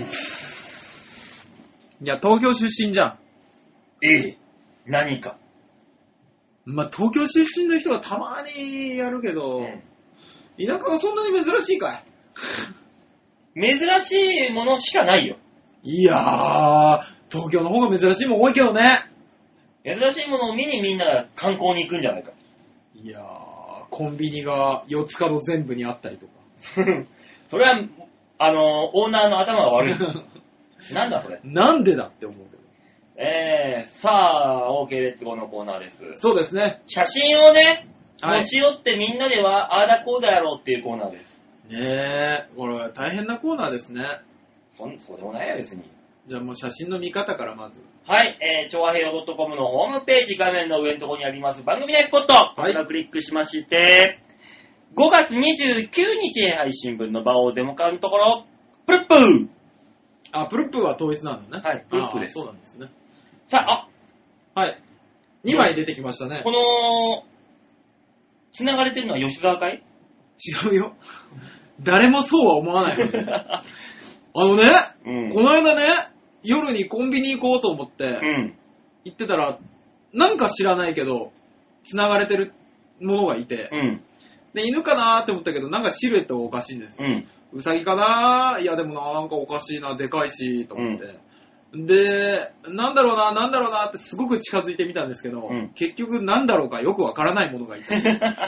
いや、東京出身じゃん。 何か。 まあ、東京出身の人はたまにやるけど、田舎はそんなに珍しいかい？珍しいものしかないよ。 いやー、東京の方が珍しいもん多いけどね。 珍しいものを見にみんな観光に行くんじゃないか。 いやー、コンビニが四つ角全部にあったりとか。 それは、オーナーの頭が悪い。なんだそれ。 なんでだって思うけど。さあ、OK レッツゴーのコーナーです。 そうですね。 写真をね、持ち寄ってみんなではあーだこうだやろうっていうコーナーです。 ねえ、これは大変なコーナーですね。 そうでもないよ、別に。 じゃあもう写真の見方からまず。 はい、調和平洋 .com のホームページ画面の上のところにあります番組内スポット。こちらクリックしまして、5月29日配信分の場をデモ化のところ、プルップー。 プルップーは統一なんだね。 はい、プルップーです。 そうなんですね。 さあ、 はい。2枚出てきましたね。 この、繋がれてるのは吉沢かい？ 違うよ。誰もそうは思わないよ。この間ね、夜にコンビニ行こうと思って、行ってたら、なんか知らないけど、繋がれてるものがいて、で、犬かなーって思ったけど、なんかシルエットがおかしいんですよ。うさぎかなー？いや、でもなんかおかしいな、でかいし、と思って。で、なんだろうなってすごく近づいてみたんですけど、結局なんだろうかよくわからないものがいて。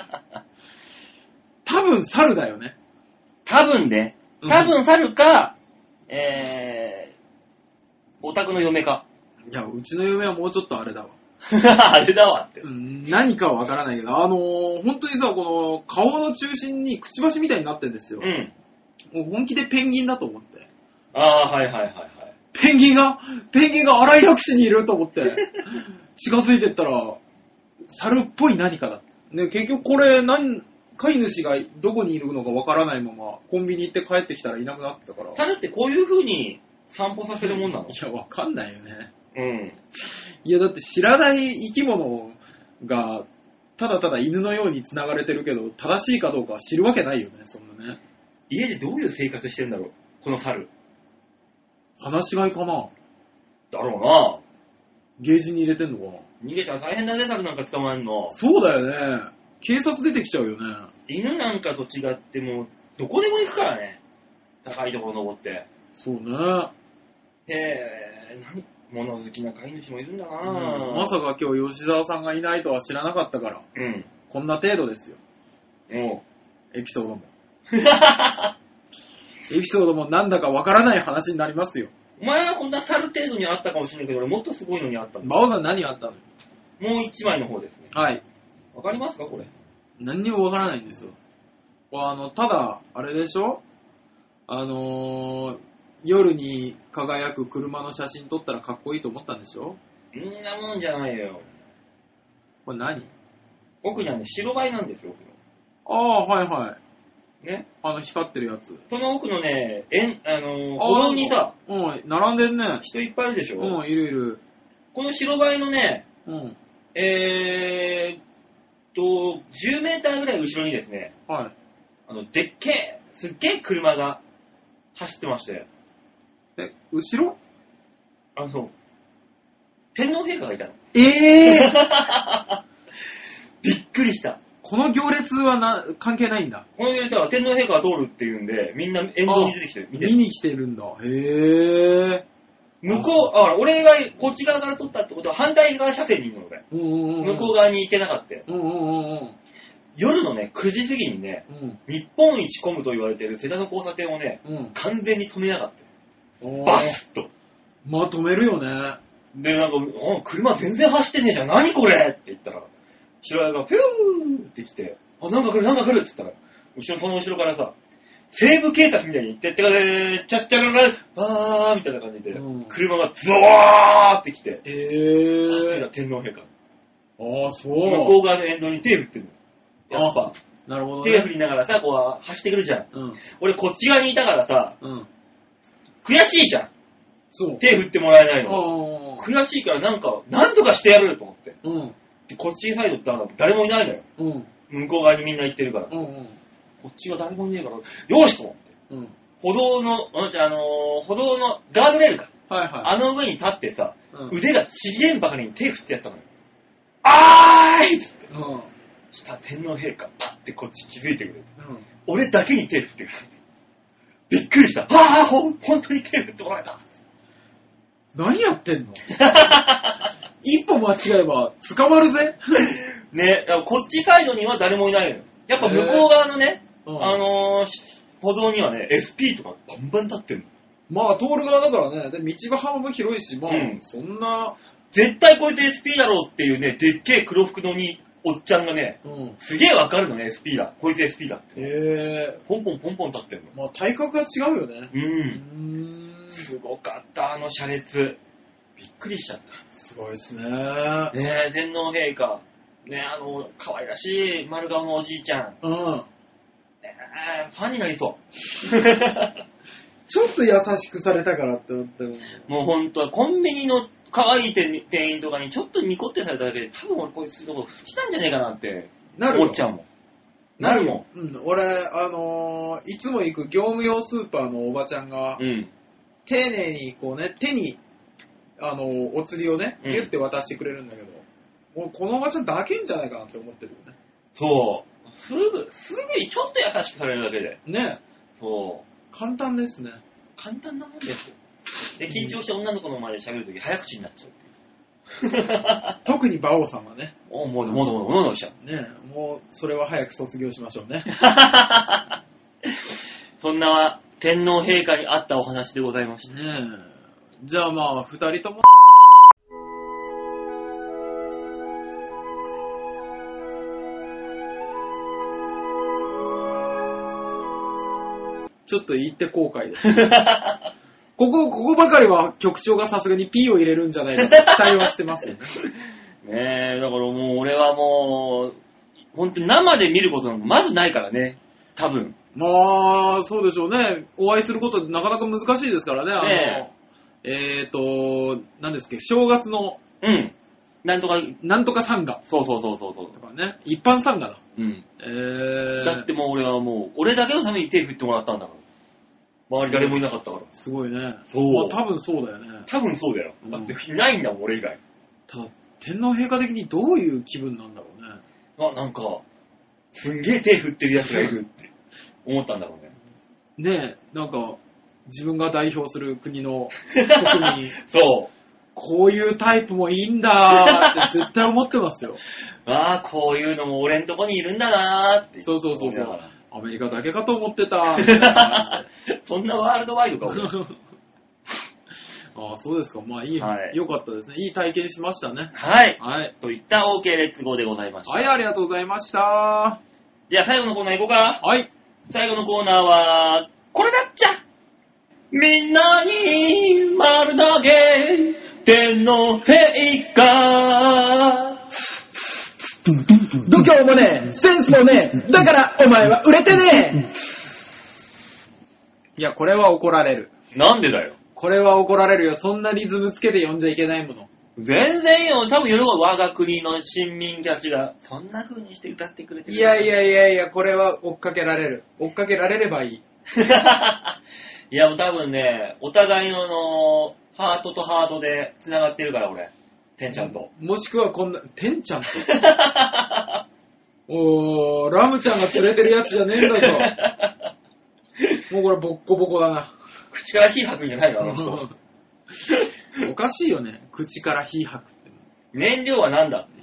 多分猿だよね。 多分猿か、お宅の嫁か。 いや、うちの嫁はもうちょっとあれだわ。 あれだわって。 何かはわからないけど、本当にさ、この顔の中心にくちばしみたいになってるんですよ。もう本気でペンギンだと思って。 はい。 ペンギンが荒井薬師にいると思って、近づいてったら、猿っぽい何かだ。ね、結局これ飼い主がどこにいるのかわからないまま、コンビニ行って帰ってきたらいなくなってたから。 猿ってこういう風に散歩させるもんなの？ いや、わかんないよね。いや、だって知らない生き物が、ただただ犬のように繋がれてるけど、正しいかどうかは知るわけないよね、そんなね。 家でどういう生活してるんだろう、この猿。 放し飼いかな？ だろうな。 ゲージに入れてんのかな？ 逃げたら大変だね、猿なんか捕まえんの。 そうだよね。警察出てきちゃうよね。 犬なんかと違ってもう、どこでも行くからね。高いところ登って。 そうね。 物好きな飼い主もいるんだな、 まさか今日吉沢さんがいないとは知らなかったから。こんな程度ですよ。エピソードも。エピソードもなんだかわからない話になりますよ。 お前はこんな猿程度にあったかもしれないけど、俺もっとすごいのにあったんだ。 馬王さん何あったの？ もう一枚の方ですね。 はい。 わかりますかこれ？ 何にもわからないんですよ。ただ、あれでしょ？夜に輝く車の写真撮ったらかっこいいと思ったんでしょ？ そんなもんじゃないよ。 これ何？ 奥にはね、白バイなんですよ。 はいはい。 ね？ 光ってるやつ。 その奥のね、歩道にさ、 並んでんね。 人いっぱいいるでしょ？ いる。この白バイのね、10メーターぐらい後ろにですね、でっけえ、すっげえ車が走ってまして。 後ろ？ そう。天皇陛下がいたの。びっくりした。 この行列は関係ないんだ。 この行列は天皇陛下が通るっていうんで、みんな沿道に出てきて、 見に来てるんだ。へー。 向こう、俺がこっち側から撮ったってことは反対側車線にいるので、向こう側に行けなかったよ。夜のね、9時過ぎにね、日本一混むと言われている世田の交差点をね、完全に止めやがって。バスッと。 まあ止めるよね。 で、なんか、車全然走ってねえじゃん、何これって言ったら、白屋がピューって来て、なんか来るって言ったら、その後ろからさ、西部警察みたいに、チャッチャララ、バーみたいな感じで、車がズワーって来て、天皇陛下。 そう。 向こう側の沿道に手振ってるの。やっぱ、 なるほどね。 手振りながらさ、こう走ってくるじゃん。俺こっち側にいたからさ、悔しいじゃん。 そう。 手振ってもらえないの。悔しいからなんとかしてやると思って。でこっちサイドって誰もいないのよ。向こう側にみんな行ってるから。こっちが誰もいねえから、よしと思って。歩道のガードレールか。あの上に立ってさ、腕がちぎれんばかりに手振ってやったのよ。ーいっつって。したら天皇陛下、パッてこっち気づいてくれる。俺だけに手振ってくれる。びっくりした。本当に手振ってもらえた。 何やってんの一歩間違えば捕まるぜ。 ね、こっちサイドには誰もいないのよ。やっぱ向こう側のね、歩道にはね、SP とかバンバン立ってるの。 まあ、通る側だからね。で、道幅も広いし、まあ、そんな。 絶対こいつ SP だろうっていうね、でっけえ黒服のおっちゃんがね、すげえわかるのね、SP だ。こいつ SP だって。ポンポン立ってるの。 まあ、体格が違うよね。 すごかった、車列。びっくりしちゃった。 すごいですね。 ねえ、天皇陛下。ね、可愛らしい丸顔のおじいちゃん。ファンになりそう。 ちょっと優しくされたからって思ったよ。 もうほんとはコンビニの可愛い店員とかにちょっとニコってされただけで、多分俺こいつのこと好きなんじゃねえかなって思っちゃうもん。 なるもん。俺、いつも行く業務用スーパーのおばちゃんが、丁寧にこうね、手に、お釣りをね、ギュッて渡してくれるんだけど、もうこのおばちゃんだけんじゃないかなって思ってるよね。 そう。すぐにちょっと優しくされるだけで。 ね。 そう。 簡単ですね。 簡単なもんですよ。で、緊張して女の子の前で喋るとき早口になっちゃう。 特に馬王さんはね。 もどしちゃう。 ね。もう、それは早く卒業しましょうね。 そんな天皇陛下にあったお話でございました。 ね。じゃあまあ、二人とも。ちょっと言って後悔です。ここばかりは局長がさすがに P を入れるんじゃないかと期待はしてますよね。 ねえ、だからもう俺はもう、本当に生で見ることなんかまずないからね。多分。 まあ、そうでしょうね。お会いすることなかなか難しいですからね。何ですっけ、正月の。なんとか参賀。 そう。 とかね。一般参賀だ。 だってもう俺はもう、俺だけのために手振ってもらったんだから。周り誰もいなかったから。 すごいね。 そう。 まあ多分そうだよね。 多分そうだよ。だっていないんだもん、俺以外。 ただ、天皇陛下的にどういう気分なんだろうね。 なんか、すんげえ手振ってる奴がいるって思ったんだろうね。 ねえ、なんか、自分が代表する国の国民。 そう。 こういうタイプもいいんだーって絶対思ってますよ。 こういうのも俺んとこにいるんだなーって。 そう。アメリカだけかと思ってたみたいな感じで。 そんなワールドワイドかそうですか。まあいい、よかったですね。いい体験しましたね。 はい。といった OK レッツゴーでございました。 はい、ありがとうございました。 じゃあ最後のコーナー行こうか。 はい。 最後のコーナーは、これだっちゃ。みんなに丸投げ、天皇陛下。 度胸もねえ、センスもねえ、だからお前は売れてねえ。 いや、これは怒られる。 なんでだよ。 これは怒られるよ。そんなリズムつけて呼んじゃいけないもの。 全然よ。多分夜は我が国の親民たちがそんな風にして歌ってくれてる。 いや、これは追っかけられる。追っかけられればいい。 いや、もう多分ね、お互いのハートとハートで繋がってるから俺。てんちゃんと。 もしくはこんな、てんちゃんと。ラムちゃんが連れてるやつじゃねえんだぞ。もうこれボッコボコだな。 口から火吐くんじゃないのあの人。 おかしいよね。口から火吐くって。 燃料は何だっていう。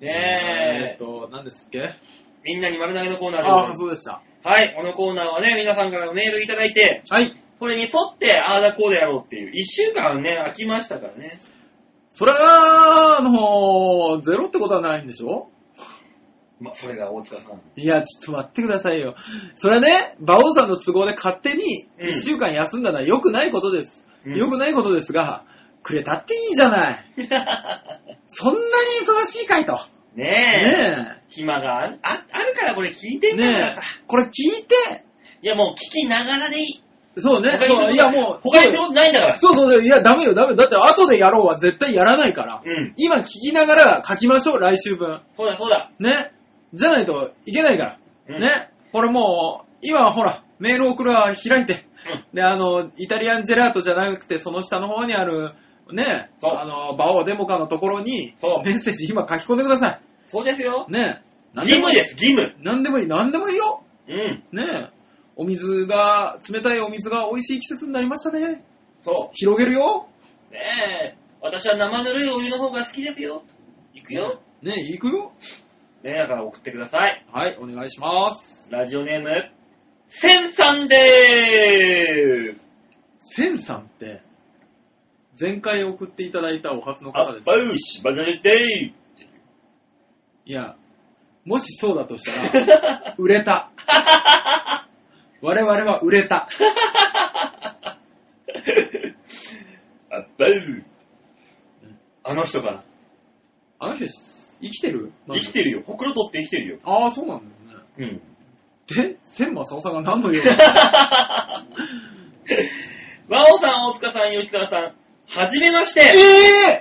ね何ですっけ？ みんなに丸投げのコーナーでございます。 そうでした。 はい、このコーナーはね、皆さんからメールいただいて、 はい。 それに沿ってあーだこうでやろうっていう。1週間ね、空きましたからね。 それは、ゼロってことはないんでしょ？ それが大塚さん。 いや、ちょっと待ってくださいよ。それはね、馬王さんの都合で勝手に1週間休んだのは良くないことです。良くないことですが、くれたっていいじゃない。そんなに忙しいかいと。 ねえ。暇があるからこれ聞いてんだからさ。 これ聞いて。 いやもう聞きながらでいい。 そうね。 いやもう、他にすることないんだから。 そう。いや、ダメよ。だって後でやろうは絶対やらないから。今聞きながら書きましょう、来週分。 そうだ。 ね。じゃないといけないから。ね。これもう、今ほら、メール送るは開いて。で、イタリアンジェラートじゃなくて、その下の方にある、ね、バオデモカのところに、メッセージ今書き込んでください。 そうですよ。 ね。 義務です、義務。 何でもいいよ。ね。冷たいお水が美味しい季節になりましたね。 そう。 広げるよ。 ねえ。私は生ぬるいお湯の方が好きですよ。行くよ。 ねえ、行くよ。 ねえ、だから送ってください。 はい、お願いします。 ラジオネーム、センさんでーす。 センさんって、前回送っていただいたお初の方です。 あっぱうし、バナネテー。 いや、もしそうだとしたら、売れた。我々は売れた。 あっぱう。あの人かな。 あの人、生きてる？ 生きてるよ。ほくろ取って生きてるよ。 ああ、そうなんですね。で、千正夫さんが何の用？ 和尾さん、大塚さん、吉川さん、はじめまして。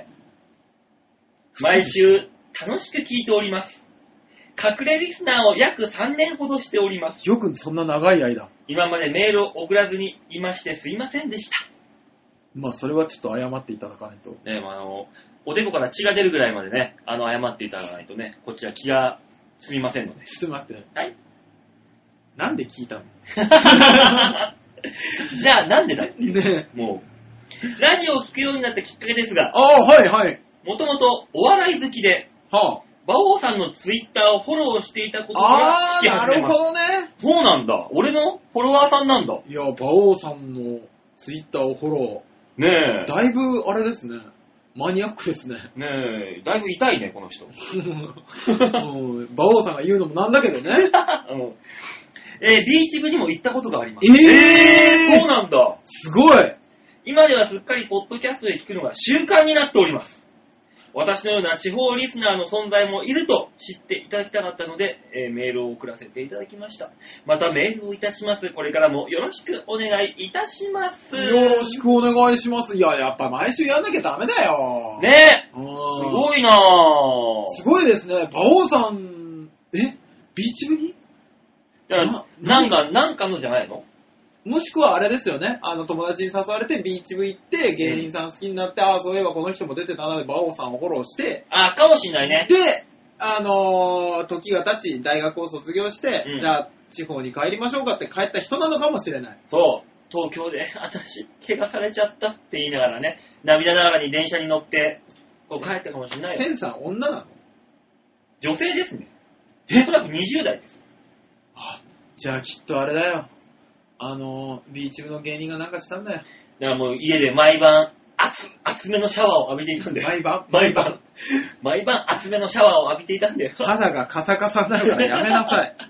毎週、楽しく聞いております。隠れリスナーを約3年ほどしております。 よくそんな長い間。 今までメールを送らずにいましてすいませんでした。 まあ、それはちょっと謝っていただかないと。 ね、おでこから血が出るぐらいまでね、謝っていただかないとね、こっちは気が済みませんので。 ちょっと待って。 はい。 なんで聞いたの？ じゃあなんでだってねもう。ラジオを聞くようになったきっかけですが。 はい。 もともとお笑い好きで。馬王さんのツイッターをフォローしていたことから聞き始めました。 なるほどね。 そうなんだ。俺のフォロワーさんなんだ。 いや、馬王さんのツイッターをフォロー。ねえ。 だいぶ、あれですね。マニアックですね。 ねえ。だいぶ痛いね、この人。 馬王さんが言うのもなんだけどね。 ビーチ部にも行ったことがあります。そうなんだ。 すごい。 今ではすっかりポッドキャストで聞くのが習慣になっております。私のような地方リスナーの存在もいると知っていただきたかったので、メールを送らせていただきました。またメールをいたします。これからもよろしくお願いいたします。 よろしくお願いします。いや、やっぱ毎週やんなきゃダメだよ。 ねえ。すごいなぁ。 すごいですね。馬王さん、ビーチ部に？ なんかのじゃないの？ もしくはあれですよね。友達に誘われてビーチ部行って、芸人さん好きになって、そういえばこの人も出てたので、馬王さんをフォローして。 かもしんないね。 で、時が経ち、大学を卒業して、じゃあ、地方に帰りましょうかって帰った人なのかもしれない。 そう。東京で、私、怪我されちゃったって言いながらね、涙ながらに電車に乗って、こう帰ったかもしれないよ。 センさん、女なの？ 女性ですね。おそらく20代です。 じゃあきっとあれだよ。ビーチ部の芸人がなんかしたんだよ。 だからもう家で毎晩、厚めのシャワーを浴びていたんだよ。毎晩厚めのシャワーを浴びていたんだよ。 肌がカサカサになるからやめなさい。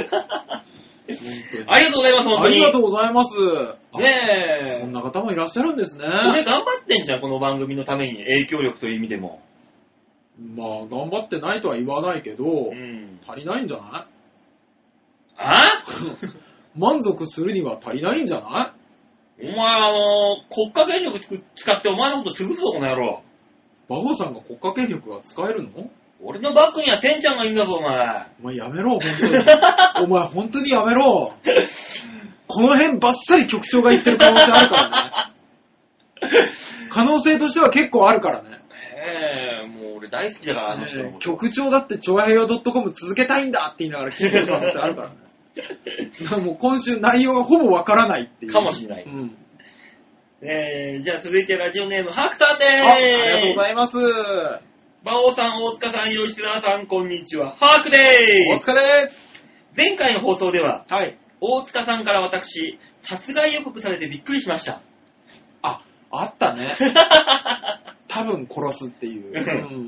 ありがとうございます、本当に。 ありがとうございます。 ねえ。 そんな方もいらっしゃるんですね。 俺頑張ってんじゃん、この番組のために。影響力という意味でも。 まあ、頑張ってないとは言わないけど、足りないんじゃない？満足するには足りないんじゃない？ お前国家権力使ってお前のこと潰すぞ、この野郎。 馬王さんが国家権力が使えるの？ 俺のバックにはてんちゃんがいいんだぞ、お前。 お前やめろ、本当に。お前本当にやめろ。この辺バッサリ局長が言ってる可能性あるからね。可能性としては結構あるからね。 もう俺大好きだから、あの人のこと。 局長だってちょあへよ .com 続けたいんだって言いながら聞いてる可能性あるからね。もう今週内容がほぼわからないっていう。 かもしれない。 じゃあ続いてラジオネーム、ハクさんでーす。 ありがとうございます。 馬王さん、大塚さん、吉沢さん、こんにちは。ハクでーす。 お疲れです。 前回の放送では、 はい。 大塚さんから私、殺害予告されてびっくりしました。 あったね。多分殺すっていう。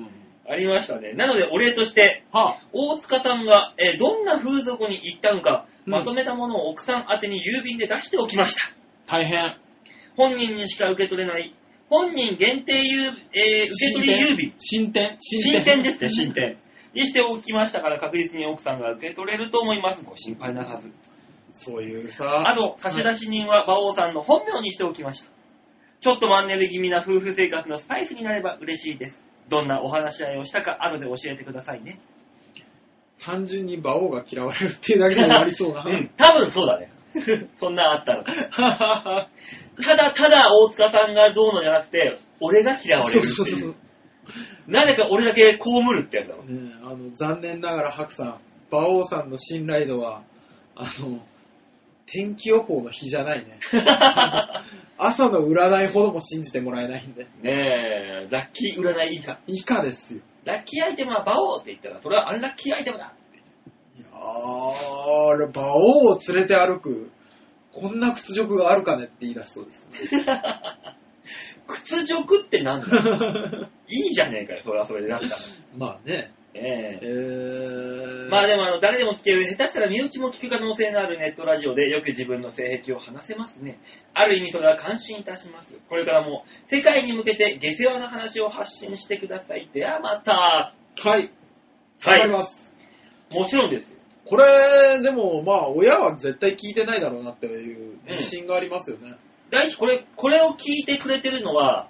ありましたね。なのでお礼として、大塚さんが、どんな風俗に行ったのか、まとめたものを奥さん宛てに郵便で出しておきました。 大変。 本人にしか受け取れない、本人限定受け取り郵便。 新店ですね、新店。にしておきましたから、確実に奥さんが受け取れると思います。ご心配なはず。 そういうさ。 あと、差出人は馬王さんの本名にしておきました。ちょっとマンネリ気味な夫婦生活のスパイスになれば嬉しいです。どんなお話し合いをしたか後で教えてくださいね。 単純に馬王が嫌われるっていうだけで終わりそうな。 多分そうだね。そんなあったの。ただ大塚さんがどうのじゃなくて、俺が嫌われるっていう。そう。なぜか俺だけ被るってやつだもん。 残念ながらハクさん、馬王さんの信頼度は、天気予報の日じゃないね。朝の占いほども信じてもらえないんで。 ねえ、ラッキー占い以下。 以下ですよ。 ラッキーアイテムは馬王って言ったら、それはアンラッキーアイテムだ。 いやー、馬王を連れて歩く、こんな屈辱があるかねって言い出しそうですね。 屈辱ってなんだいいじゃねえかよ、それはそれでだったら。 まあね。 まあでも誰でも聞ける、下手したら身内も聞く可能性のあるネットラジオでよく自分の性癖を話せますね。ある意味それは感心いたします。これからも世界に向けて下世話な話を発信してください。ではまた。 はい。頑張ります。 もちろんですよ。 これ、でもまあ親は絶対聞いてないだろうなっていう自信がありますよね。 大志、これを聞いてくれてるのは、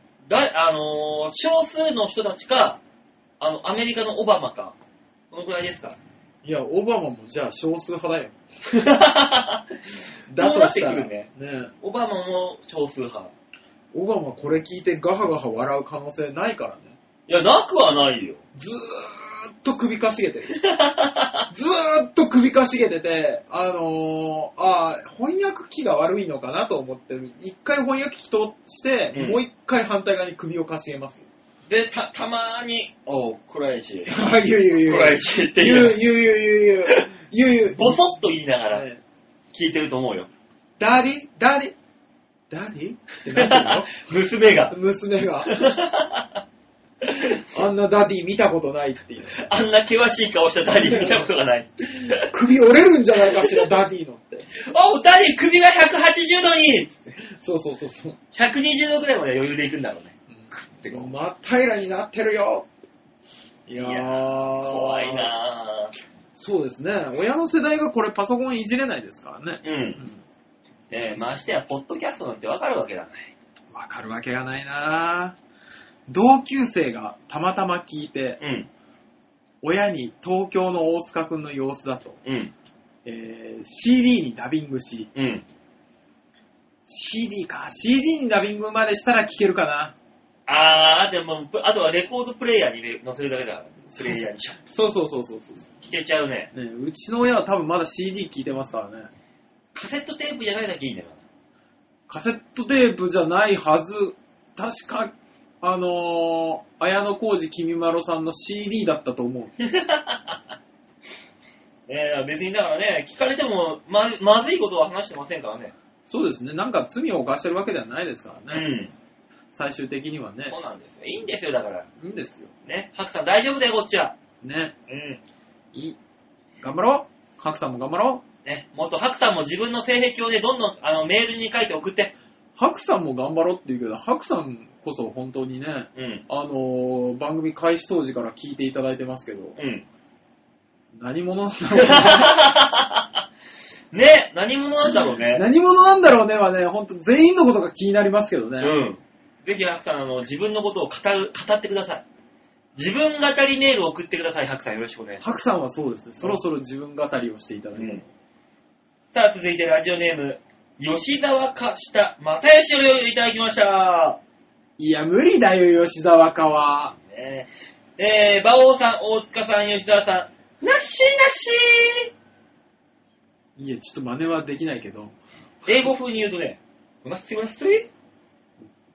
少数の人たちか、アメリカのオバマか、このくらいですか？ いや、オバマもじゃあ少数派だよ。 だとしたらね。オバマも少数派。 オバマこれ聞いてガハガハ笑う可能性ないからね。 いや、なくはないよ。 ずーっと首かしげてる。ずーっと首かしげてて、翻訳機が悪いのかなと思って、一回翻訳機通して、もう一回反対側に首をかしげます。 で、たまーに、クライシー。 言う。 クライシーって言う。 ボソッと言いながら、聞いてると思うよ。 ダディってなってるの娘が。 あんなダディ見たことないっていう。 あんな険しい顔したダディ見たことがない。 首折れるんじゃないかしら、ダディのって。 ダディ首が180度にそう。 120度くらいまで余裕でいくんだろうね。 真っ平らになってるよ。いやー、 怖いなぁ。 そうですね。親の世代がこれパソコンいじれないですからね。 ましてや、ポッドキャストなんてわかるわけがない。 わかるわけがないなぁ。同級生がたまたま聞いて、親に東京の大塚くんの様子だと、CD にダビングし、CD にダビングまでしたら聞けるかな。 でも、あとはレコードプレイヤーに載せるだけだから、プレイヤーに。 そう。 聞けちゃうね。 うちの親は多分まだ CD 聞いてますからね。 カセットテープじゃないだけいいんだよ。 カセットテープじゃないはず。確か、綾小路きみまろさんの CD だったと思う。 別にだからね、聞かれてもまずいことは話してませんからね。 そうですね。なんか罪を犯してるわけではないですからね。最終的にはね。 そうなんですよ。いいんですよ、だから。 いいんですよ。 ね。ハクさん大丈夫だよ、こっちは。 ね。頑張ろう。ハクさんも頑張ろう。ね。もっとハクさんも自分の性癖をね、どんどんメールに書いて送って。 ハクさんも頑張ろうって言うけど、ハクさんこそ本当にね、番組開始当時から聞いていただいてますけど、何者なんだろうね。ね、何者なんだろうね。 何者なんだろうねはね、本当全員のことが気になりますけどね。 ぜひ、ハクさん、自分のことを語ってください。自分語りメールを送ってください、ハクさん。よろしくお願いします。 ハクさんはそうですね。そろそろ自分語りをしていただいて。 さあ、続いてラジオネーム、吉沢かした又吉よりいただきました。 いや、無理だよ、吉沢かは。 馬王さん、大塚さん、吉沢さん、なっしー。 いや、ちょっと真似はできないけど。 英語風に言うとね、すいません。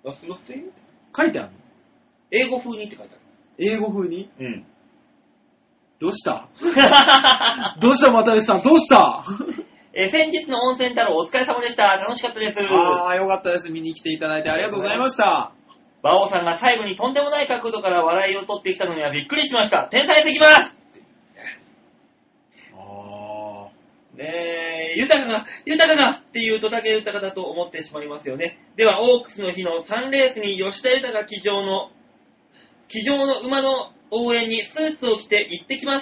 すごくて書いてあるの？ 英語風にって書いてある。 英語風に？ うん。 どうしたどうした又吉さん、どうした先日の温泉太郎お疲れ様でした。楽しかったです。 ああ、よかったです。見に来ていただいてありがとうございました。 馬王さんが最後にとんでもない角度から笑いを取ってきたのにはびっくりしました。天才すぎます。豊かがっていうとだけ豊かだと思ってしまいますよね。では、オークスの日の3レースに吉田豊騎乗の馬の応援にスーツを着て行ってきます。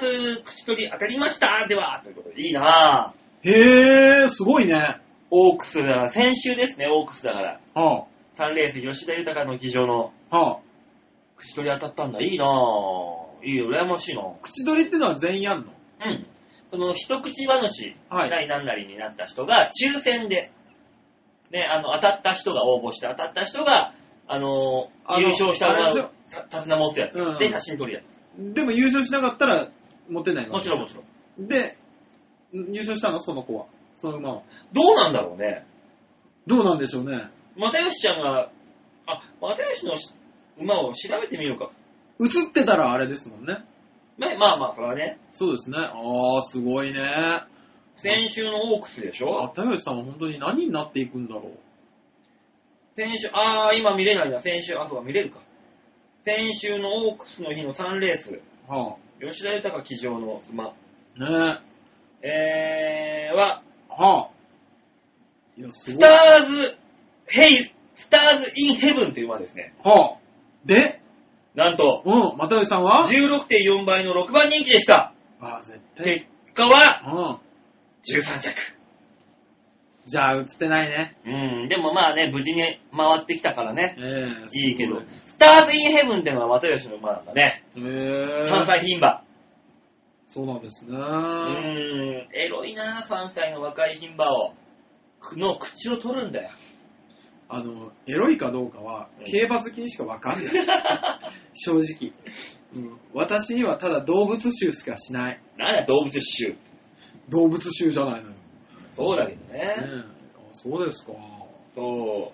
口取り当たりました。では、ということでいいなぁ。 へー、すごいね。 オークスだから、先週ですね、オークスだから。 はあ、3レース吉田豊の騎乗の、 はあ、 口取り当たったんだ。いいなぁ。いいよ、羨ましいな。 口取りってのは全員やんの？ うん。その一口話なりなんなりになった人が抽選で、ね、当たった人が応募して当たった人が、優勝した馬を手綱持つやつ、で写真撮るやつ。でも優勝しなかったら持てないの？ もちろんもちろん。で、優勝したの？その子は。その馬は。 どうなんだろうね。 どうなんでしょうね。 又吉ちゃんが、又吉の馬を調べてみようか。 映ってたらあれですもんね。 ね、まあまあ、それはね。 そうですね。ああ、すごいね。 先週のオークスでしょ？ 又吉さんは本当に何になっていくんだろう。 先週、今見れないな。先週、そう見れるか。先週のオークスの日の3レース。 はあ、吉田豊騎乗の馬。 ねえ。 はあ。 いや、すごい。スターズ・イン・ヘブンという馬ですね。 はあ。でなんと、 又吉さんは 16.4 倍の6番人気でした。 絶対。 結果は、13着。 じゃあ、映ってないね。 でもまあね、無事に回ってきたからね。いいけど。 いスターズ・イン・ヘブンってのは又吉の馬なんだね。3歳牝馬。 そうなんですね。 エロいな、3歳の若い牝馬の口を取るんだよ。 エロいかどうかは、競馬好きにしかわかんない。正直、私にはただ動物臭しかしない。 なんだ動物臭？ 動物臭じゃないのよ。 そうだけどね。 そうですか。 そう。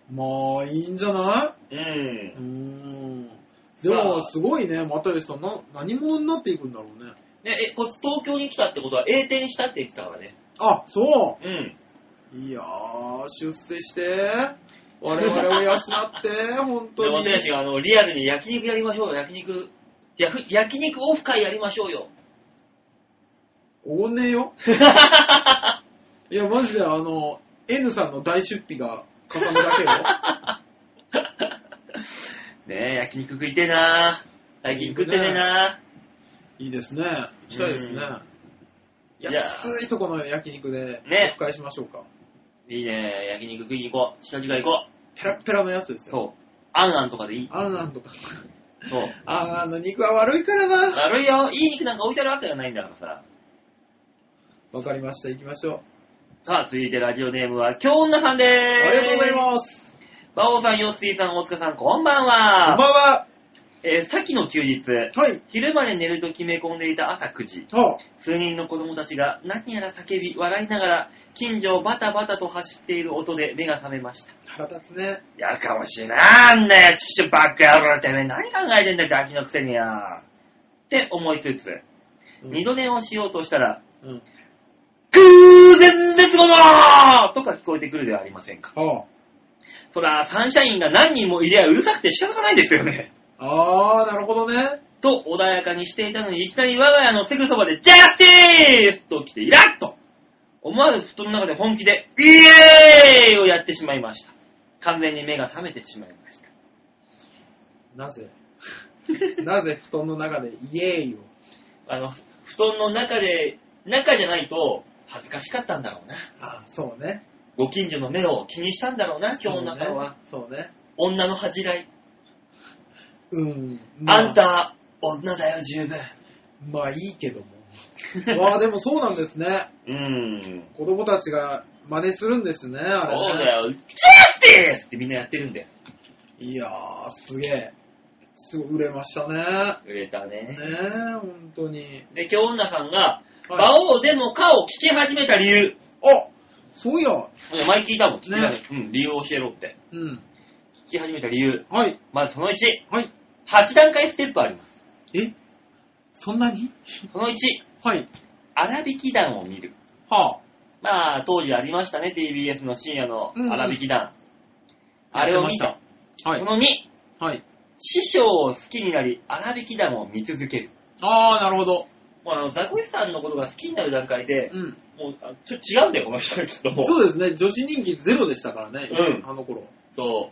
まあ、いいんじゃない？でも、すごいね、又吉さん、何者になっていくんだろうね。 こっち東京に来たってことは、栄転したって言ってたからね。 あ、そう。 うん。 いやー、出世して、我々を養って、本当に。 又吉がリアルに焼肉やりましょうよ、焼肉オフ会やりましょうよ。 おごんねえよ。いや、マジでN さんの大出費がかさむだけよ。 ねえ、焼肉食いてえなぁ。最近食ってねえなぁ。いいですね。行きたいですね。安いとこの焼肉でオフ会しましょうか。 いいね、焼肉食いに行こう。近々行こう。ペラペラのやつですよ。 そう。あんあんとかでいい？ あんあんとか。 そう。 あんあんの肉は悪いからな。 悪いよ。いい肉なんか置いてあるわけがないんだからさ。 わかりました。行きましょう。さあ、続いてラジオネームは、京女さんでーす。 ありがとうございます。 馬王さん、よっすいさん、大塚さん、こんばんは。 こんばんは。 先の休日、 はい、 昼まで寝ると決め込んでいた朝9時、数人の子供たちが何やら叫び、笑いながら、近所をバタバタと走っている音で目が覚めました。 腹立つね。 やかもしいなーんだよ、ちくしょばっかやろうてめえ、何考えてんだよ、ガキのくせにや。って思いつつ、二度寝をしようとしたら、空前絶後だーとか聞こえてくるではありませんか。そら、サンシャインが何人もいりゃうるさくて仕方がないですよね。 なるほどね。 と穏やかにしていたのに、いきなり我が家のすぐそばで、ジャスティースと来て、イラッと思わず布団の中で本気で、イエーイをやってしまいました。完全に目が覚めてしまいました。 なぜなぜ布団の中でイエーイを布団の中で、中じゃないと恥ずかしかったんだろうな。 そうね。 ご近所の目を気にしたんだろうな、今日の中は。 そうね。 女の恥じらい。 まあんた、女だよ、十分。 まあいいけども。でもそうなんですね。子供たちが真似するんですね、あれね。 そうだよ。ジャスティスってみんなやってるんだよ。 いやー、すげえ。すごい売れましたね。 売れたね。 ねえ、ほんとに。 で、京女さんが、馬王でもかを聞き始めた理由。 そういや。 前聞いたもん、聞きたね。理由を教えろって。 聞聞き始めた理由。 はい。 まずその1。 はい。 8段階ステップあります。 そんなに？ その1。はい。荒引き団を見る。 はあ。 まあ、当時ありましたね、TBS の深夜の荒引き団。あれを見た。はい。その2。はい。師匠を好きになり、荒引き団を見続ける。 ああ、なるほど。 ザコシさんのことが好きになる段階で、もうちょっと違うんだよ、この人はきっともう。 そうですね、女子人気ゼロでしたからね、あの頃。 そう。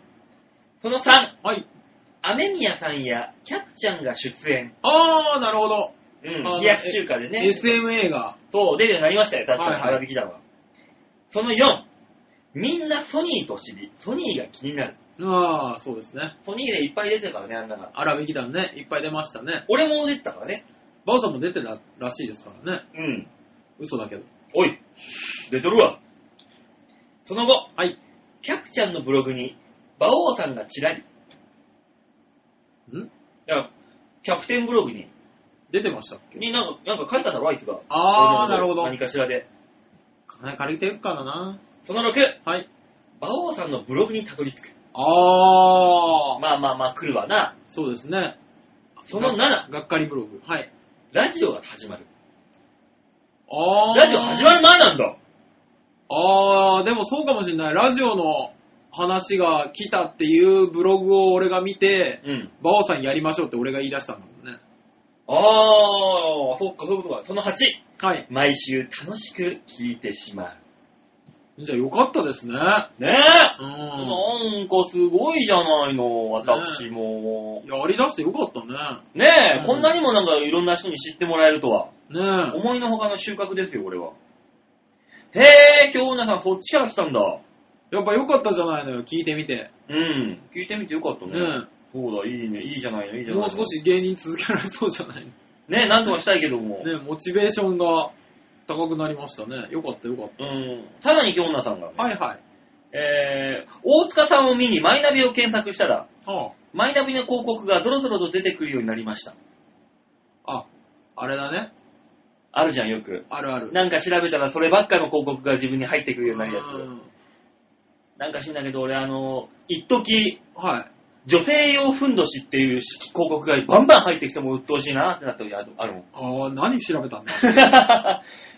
その3。はい。雨宮さんやキャプちゃんが出演。 あー、なるほど。 飛躍中華でね。 SMA が。 そう、出るようになりましたよ、確かに、荒引き団は。その4。みんなソニーと知り、ソニーが気になる。 あー、そうですね。 ソニーでいっぱい出てたからね、あんなが。 荒引き団ね、いっぱい出ましたね。 俺も出てたからね。 バオさんも出てたらしいですからね。嘘だけど。 おい、出とるわ。その後、はい。キャプちゃんのブログに、バオさんがちらり。いや、キャプテンブログに。 出てましたっけ？ になんか書いたんだろ、あいつが。 あー、なるほど。 何かしらで。 金借りてるからな。 その6。はい。バオさんのブログにたどり着く。 あー。 まあ、来るわな。 そうですね。 その7。 がっかりブログ。はい。 ラジオが始まる。 あー。 ラジオ始まる前なんだ。 あー、でもそうかもしれない。ラジオの話が来たっていうブログを俺が見て、バオさんやりましょうって俺が言い出したんだもんね。 あー、そっか、そういうことか。その8。 はい。 毎週楽しく聞いてしまう。 じゃあよかったですね。 ねえ。なんかすごいじゃないの、私も。 やりだしてよかったね。 ねえ、こんなにもなんかいろんな人に知ってもらえるとは。 ねえ。 思いのほかの収穫ですよ、俺は。へえ、今日女さんそっちから来たんだ。 やっぱよかったじゃないのよ、聞いてみて。 聞いてみてよかったね。そうだ、いいね、いいじゃないの、いいじゃないの。 もう少し芸人続けられそうじゃないの。 ねえ、なんとかしたいけども。 ねえ、モチベーションが高くなりましたね。よかったよかった。 さらに今日女さんが、ね。 はいはい。 大塚さんを見にマイナビを検索したら、マイナビの広告がゾロゾロと出てくるようになりました。 あれだね。 あるじゃん、よく。 あるある。 なんか調べたらそればっかの広告が自分に入ってくるようになるやつ。なんか知んだけど、俺一時、はい。女性用ふんどしっていう広告がバンバン入ってきても鬱陶しいなってなった時あるもん。 何調べたんだ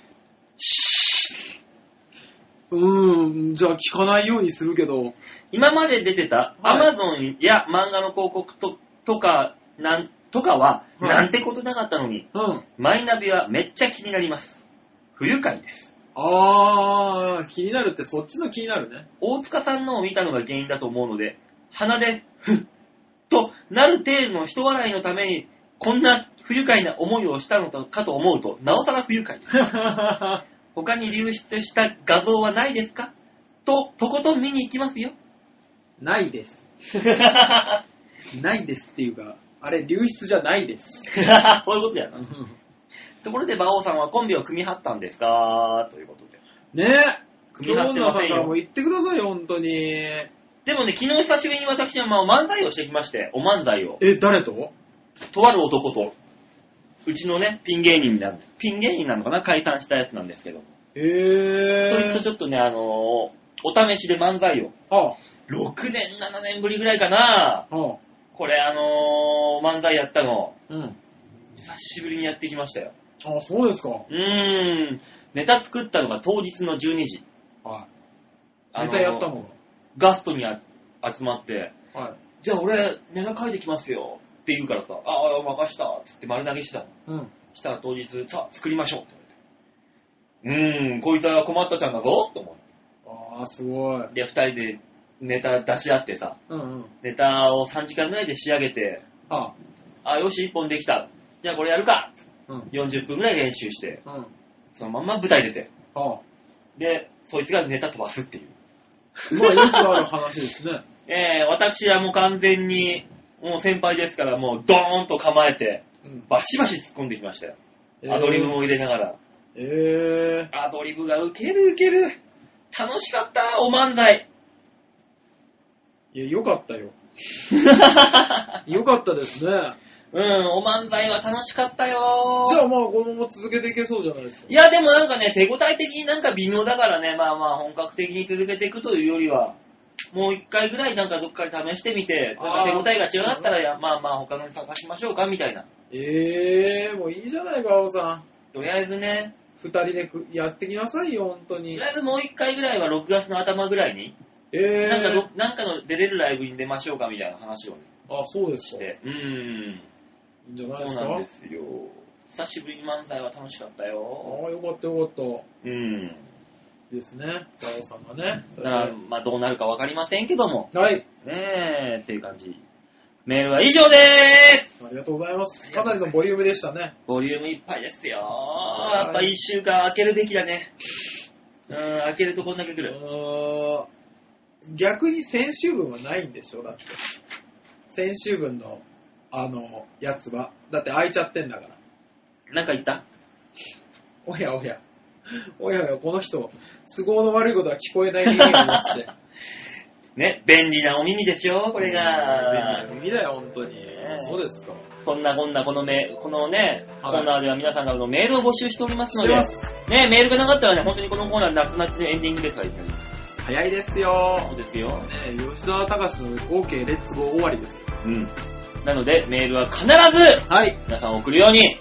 じゃあ聞かないようにするけど。 今まで出てた Amazon や漫画の広告とかはなんてことなかったのに、マイナビはめっちゃ気になります。不愉快です。 気になるってそっちの気になるね。 大塚さんのを見たのが原因だと思うので、鼻で、ふっとなる程度の人笑いのために、こんな不愉快な思いをしたのかと思うと、なおさら不愉快です。他に流出した画像はないですか？とことん見に行きますよ。 ないです。ないですっていうか、あれ流出じゃないです。 そういうことやな。ところで、馬王さんはコンビを組み張ったんですか？ということで。 ねえ。組み張ってませんよ。今日女さんからも言ってくださいよ、本当に。 でもね、昨日久しぶりに私は漫才をしてきまして、お漫才を。 誰と？ とある男と、うちのね、ピン芸人なんです。ピン芸人なのかな？解散したやつなんですけど。そいつとちょっとね、お試しで漫才を。6年、7年ぶりぐらいかな。これ漫才やったの。久しぶりにやってきましたよ。 そうですか。 ネタ作ったのが当日の12時。 ネタやったの？ ガストに集まって、じゃあ俺、ネタ書いてきますよって言うからさ、任したっつって丸投げしてたの。したら当日、さあ、作りましょうって言われて。こいつは困ったちゃんだぞって思う。 すごい。 で、2人でネタ出し合ってさ、ネタを3時間ぐらいで仕上げて、よし、1本できた。じゃあこれやるか。40分ぐらい練習して、そのまんま舞台出て、で、そいつがネタ飛ばすっていう。 よくある話ですね。 私はもう完全に、もう先輩ですから、もうドーンと構えて、バシバシ突っ込んできましたよ。アドリブも入れながら。アドリブがウケる。楽しかった、お漫才。 いや、よかったよ。よかったですね。 お漫才は楽しかったよ。 じゃあこのまま続けていけそうじゃないですか。 いや、でもなんかね、手応え的になんか微妙だからね、本格的に続けていくというよりは、 もう一回ぐらいなんかどっかで試してみて、手応えが違かったら、まあまあ他のに探しましょうかみたいな。 もういいじゃない、バオさん。 とりあえずね。 二人でやってきなさいよ、本当に。 とりあえずもう一回ぐらいは6月の頭ぐらいに、なんかの出れるライブに出ましょうかみたいな話をね。 そうですか。 して。 いいんじゃないですか。 そうなんですよ。久しぶりに漫才は楽しかったよ。 よかったよかった。ですね。バオさんがね。 だから、まあどうなるかわかりませんけども。 はい。 ねえ、っていう感じ。メールは以上でーす。 ありがとうございます。かなりのボリュームでしたね。 ボリュームいっぱいですよ。やっぱ1週間空けるべきだね。空けるとこんだけ来る。 逆に先週分はないんでしょだって。先週分の、やつは。だって空いちゃってんだから。 なんか言った？ おや、この人、都合の悪いことは聞こえない人間を持ちて。 ね、便利なお耳ですよ、これが。 便利なお耳だよ、本当に。そうですか。 そんなこんな、このね、コーナーでは皆さんからのメールを募集しておりますので、 ね、 メールがなかったらね、本当にこのコーナーなくなってエンディングですから、 早いですよ。 そうですよ。 ね、吉沢隆の OK レッツゴー終わりです。 なので、メールは必ず、皆さん送るように。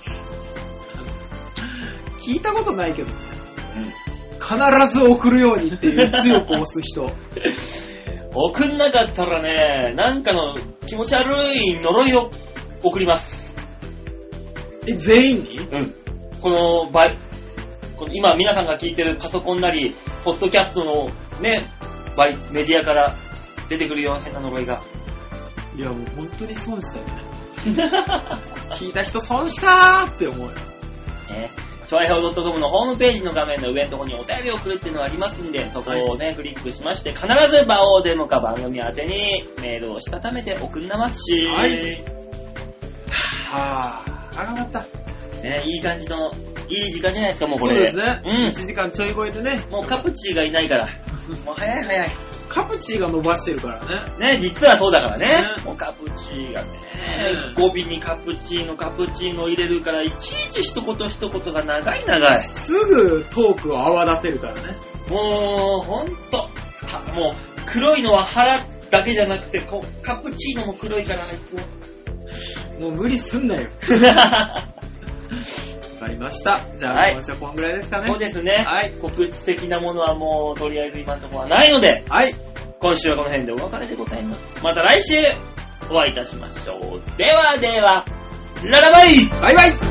聞いたことないけどね。必ず送るようにっていう強く押す人。 送んなかったらね、なんかの気持ち悪い呪いを送ります。 全員に？ この今皆さんが聞いてるパソコンなり、ポッドキャストのね、メディアから出てくるような変な呪いが。 いやもう本当に損したよね。聞いた人損したーって思うよ。 ショアヘオ .com のホームページの画面の上のところにお便りを送るっていうのがありますんで、そこをね、クリックしまして、必ず場をデモか番組宛てにメールをしたためて送りなますし。 頑張った。 いい感じの、いい時間じゃないですか、もうこれ。 そうですね。1時間ちょい超えてね。 もうカプチーがいないから。もう早い。 カプチーが伸ばしてるからね。 ね、実はそうだからね。もうカプチーがね、語尾にカプチーノ入れるから、いちいち一言が長い。 すぐトークを泡立てるからね。 もう、ほんと。もう、黒いのは腹だけじゃなくて、カプチーノも黒いから、あいつもう無理すんなよ。わかりました。じゃあ、今週はこんぐらいですかね。 そうですね。告知的なものはもう、とりあえず今のところはないので、今週はこの辺でお別れでございます。また来週、お会いいたしましょう。では、ララバイ！ バイバイ！